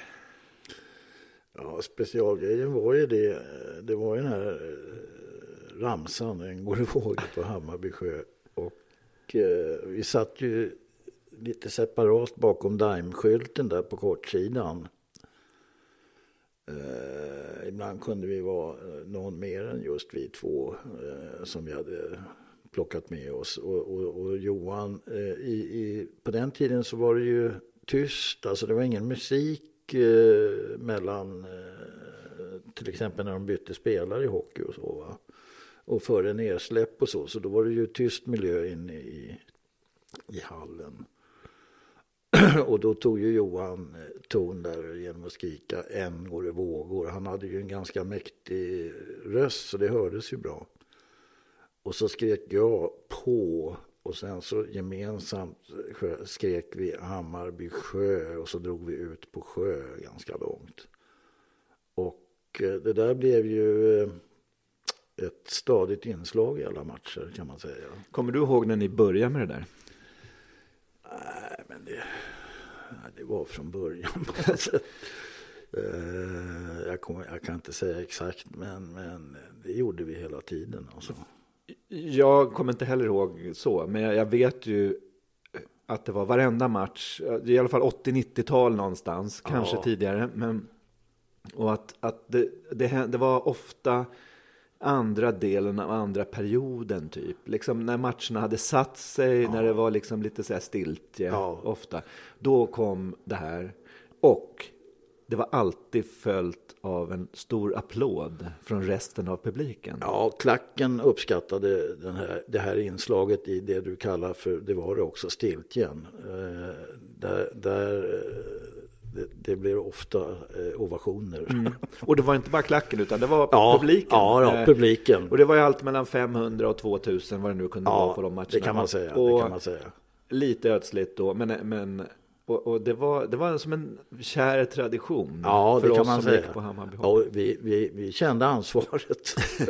Ja, specialgrejen var ju det. Det var ju den här ramsan, en går och vågor på Hammarby sjö. Och eh, vi satt ju lite separat bakom Daimskylten där på kortsidan. Eh, ibland kunde vi vara någon mer än just vi två eh, som vi hade plockat med oss. Och, och, och Johan, eh, i, i, på den tiden så var det ju tyst. Alltså det var ingen musik eh, mellan eh, till exempel när de bytte spelare i hockey och så, va? Och före nedsläpp och så. Så då var det ju tyst miljö inne i, i hallen. Och då tog ju Johan ton där genom att skrika en går i vågor. Han hade ju en ganska mäktig röst så det hördes ju bra. Och så skrek jag på och sen så gemensamt skrek vi Hammarby sjö och så drog vi ut på sjö ganska långt. Och det där blev ju ett stadigt inslag i alla matcher kan man säga. Kommer du ihåg när ni började med det där? Nej, men det, det var från början. jag, kommer, jag kan inte säga exakt, men, men det gjorde vi hela tiden. Alltså. Jag kommer inte heller ihåg så, men jag, jag vet ju att det var varenda match, i alla fall åttio-nittiotal någonstans, kanske ja. tidigare. Men, och att, att det, det, det var ofta andra delen av andra perioden typ. Liksom när matcherna hade satt sig, ja. när det var liksom lite så här stiltje ja. ofta. Då kom det här. Och det var alltid följt av en stor applåd från resten av publiken. Ja, klacken uppskattade den här, det här inslaget i det du kallar för, det var det också, stiltjen. Eh, där, där det, det blir ofta eh, ovationer. Mm. Och det var inte bara klacken utan det var ja, publiken. Ja, ja, publiken. Och det var ju allt mellan femhundra och tvåtusen vad det nu kunde ja, vara på de matcherna. Det kan man säga. Och det kan man säga. Lite ödsligt då, men... men Och, och det var det var som en kär tradition. Ja, för det kan oss man som säga. gick på Hammarby. Ja, vi, vi, vi kände ansvaret.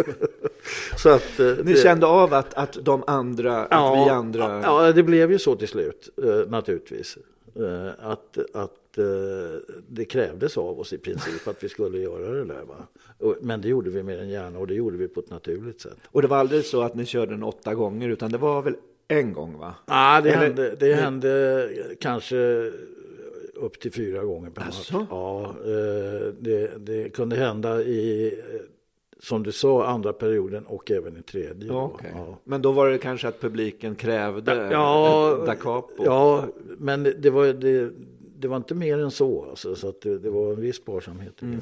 Så att, Ni det, kände av att, att de andra, ja, att vi andra... Ja, det blev ju så till slut, naturligtvis. Att, att det krävdes av oss i princip att vi skulle göra det där. Va? Men det gjorde vi mer än gärna och det gjorde vi på ett naturligt sätt. Och det var aldrig så att ni körde den åtta gånger utan det var väl en gång, va? Ja, det, Eller, hände, det hände kanske upp till fyra gånger per match. Ja, det, det kunde hända i, som du sa, andra perioden och även i tredje. Ja, okay. Ja. Men då var det kanske att publiken krävde ja, da capo. Ja, men det var, det, det var inte mer än så. Alltså, så att det, det var en viss sparsamhet. Mm.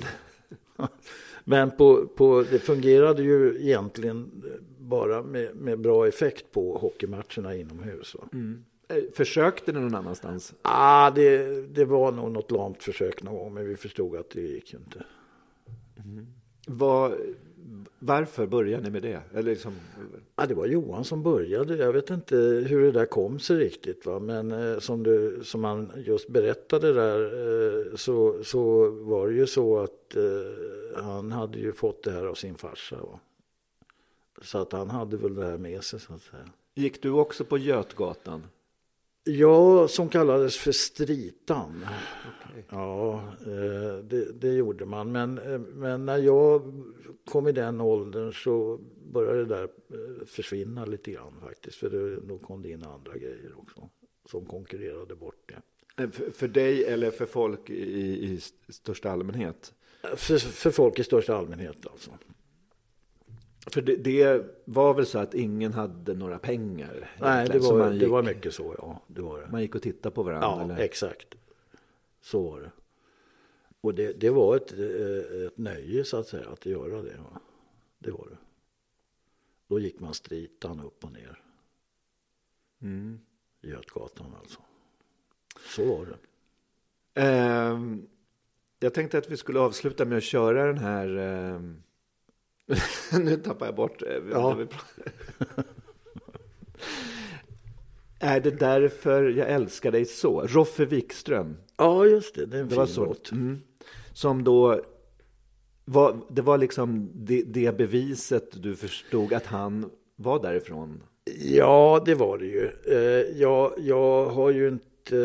Men på, på, det fungerade ju egentligen bara med, med bra effekt på hockeymatcherna inomhus. Va? Mm. Försökte ni någon annanstans? Ja, ah, det, det var nog något lamt försök någon gång, men vi förstod att det gick ju inte. Mm. Var, varför började ni med det? Eller liksom... ah, det var Johan som började. Jag vet inte hur det där kom sig riktigt. Va? Men eh, som, du, som han just berättade där eh, så, så var det ju så att eh, han hade ju fått det här av sin farsa. Va? Så att han hade väl det här med sig, så att säga. Gick du också på Götgatan? Ja, som kallades för Stritan. Okay. Ja, det, det gjorde man. Men, men när jag kom i den åldern så började det där försvinna lite grann faktiskt. För det, då kom det in andra grejer också som konkurrerade bort det. För, för dig eller för folk i, i största allmänhet? För, för folk i största allmänhet alltså. För det, det var väl så att ingen hade några pengar? Nej, det var, gick, det var mycket så, ja. Det var det. Man gick och tittade på varandra? Ja, eller? Exakt. Så var det. Och det, det var ett, ett nöje så att säga att göra det. Va? Det var det. Då gick man stritan upp och ner. Mm. Götgatan alltså. Så var det. Eh, jag tänkte att vi skulle avsluta med att köra den här... Eh, nu tappar jag bort. Ja. Är det därför jag älskar dig så? Roffe Wikström. Ja, just det. Det är en det var fin låt. Mm. Som då var, det var liksom det, det beviset du förstod att han var därifrån. Ja, det var det ju. Eh, jag, jag har ju inte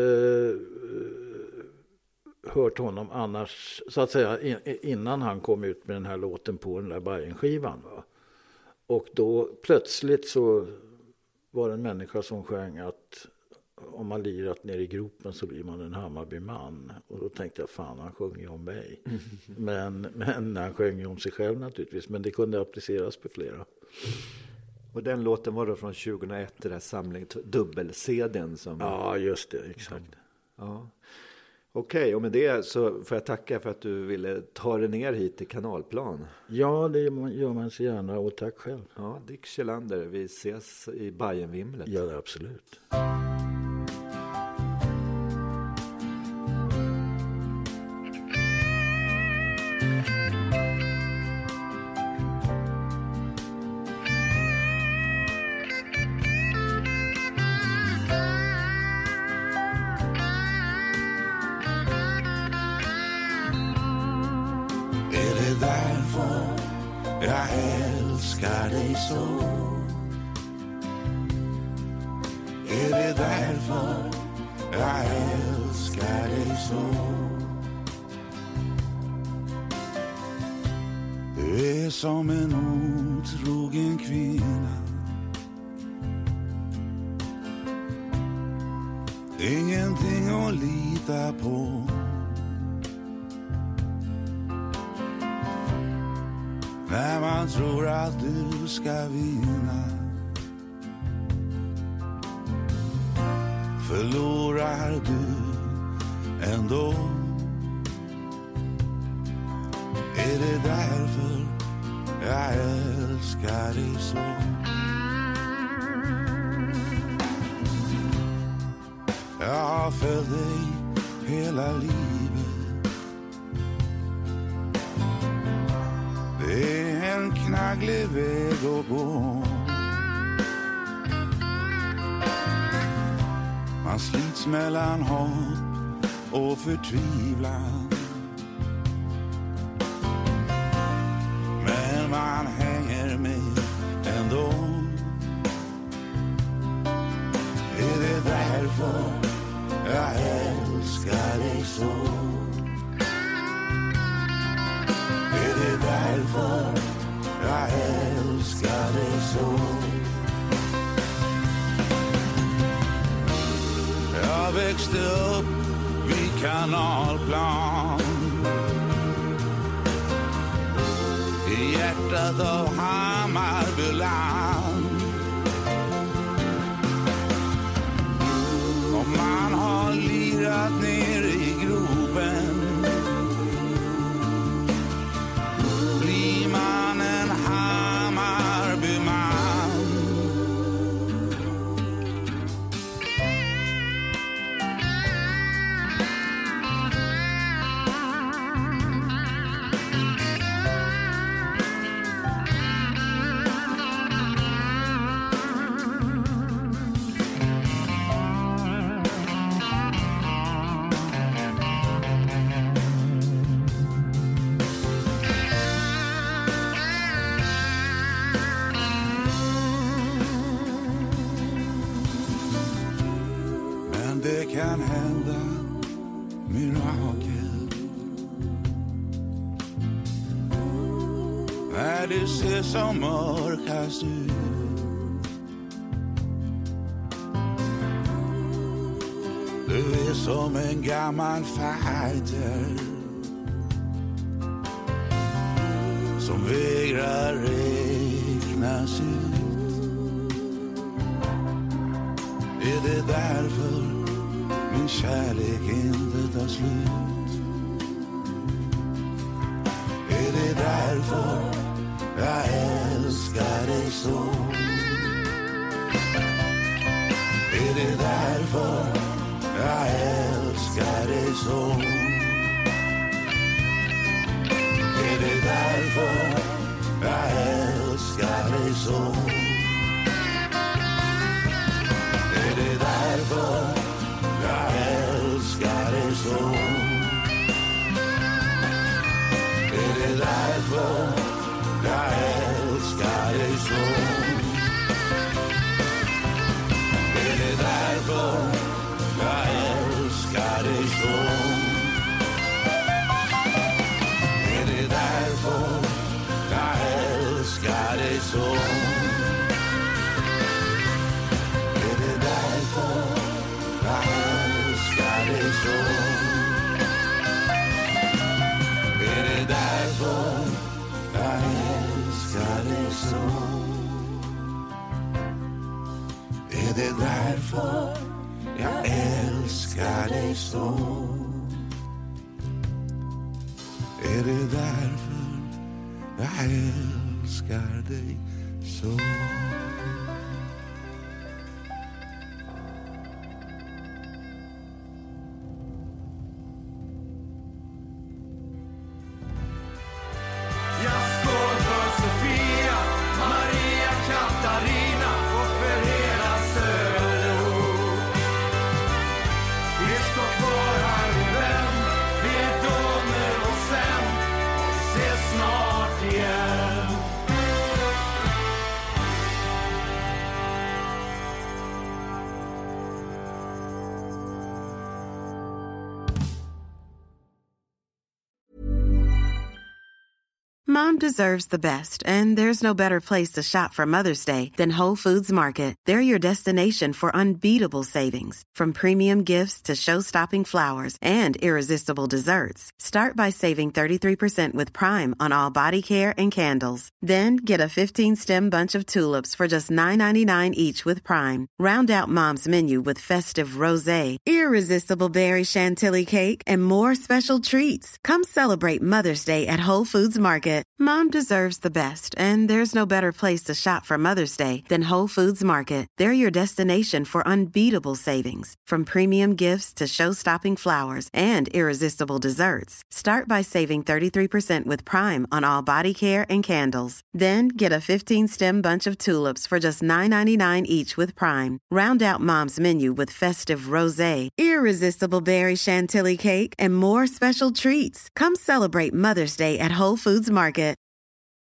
eh, hört honom annars, så att säga, in, innan han kom ut med den här låten på den där Bajen-skivan. Va? Och då plötsligt så var det en människa som sjöng att om man lirat ner i gropen så blir man en Hammarbyman. Och då tänkte jag, fan, han sjöng ju om mig. Mm. Men, men han sjöng ju om sig själv naturligtvis. Men det kunde appliceras på flera. Och den låten var då från tjugohundraett, det där samling, dubbel-C D:n som... Ja, just det, exakt. Ja. Okej, okay, och med det så får jag tacka för att du ville ta dig ner hit till Kanalplan. Ja, det gör man så gärna, och tack själv. Ja, Dick Kjellander, vi ses i Bajenvimlet. Ja, det absolut. Jag älskar dig så. Är det därför jag älskar dig så? Du är som en otrogen kvinna. Ingenting att lita på. När man tror att du ska vinna, förlorar du ändå. Är det därför jag älskar dig så? Jag har följt dig hela livet. Det är en knagglig väg att gå. Man slits mellan hopp och förtvivlan. Men man hänger med ändå. Är det därför jag älskar dig så? Är det därför jag älskar dig så? Jag växte upp vid Kanalplan, i hjärtat av Hammarbyland. Om man har lirat ner i gropen blir man en Hammarbyman. Det kan hända mirakel när det ser som mörkast ut. Du är som en gammal fighter som vägrar räknas ut. Är det därför min kärlek inte tar slut? Är det därför jag älskar dig så? Är det därför jag älskar dig så? Är det därför jag älskar dig så? Är det därför jag älskar dig så? Är det därför jag älskar dig så? Är det därför jag älskar dig så? Är det därför jag älskar dig så? Är det därför jag älskar dig så? Är det därför jag älskar dig så? Är det därför jag älskar dig så? Är det därför jag älskar dig så? Mom deserves the best, and there's no better place to shop for Mother's Day than Whole Foods Market. They're your destination for unbeatable savings, from premium gifts to show-stopping flowers and irresistible desserts. Start by saving thirty-three percent with Prime on all body care and candles. Then get a fifteen-stem bunch of tulips for just nine ninety-nine each with Prime. Round out Mom's menu with festive rosé, irresistible berry chantilly cake, and more special treats. Come celebrate Mother's Day at Whole Foods Market. Mom deserves the best, and there's no better place to shop for Mother's Day than Whole Foods Market. They're your destination for unbeatable savings, from premium gifts to show-stopping flowers and irresistible desserts. Start by saving thirty-three percent with Prime on all body care and candles. Then get a fifteen-stem bunch of tulips for just nine ninety-nine each with Prime. Round out Mom's menu with festive rosé, irresistible berry chantilly cake, and more special treats. Come celebrate Mother's Day at Whole Foods Market.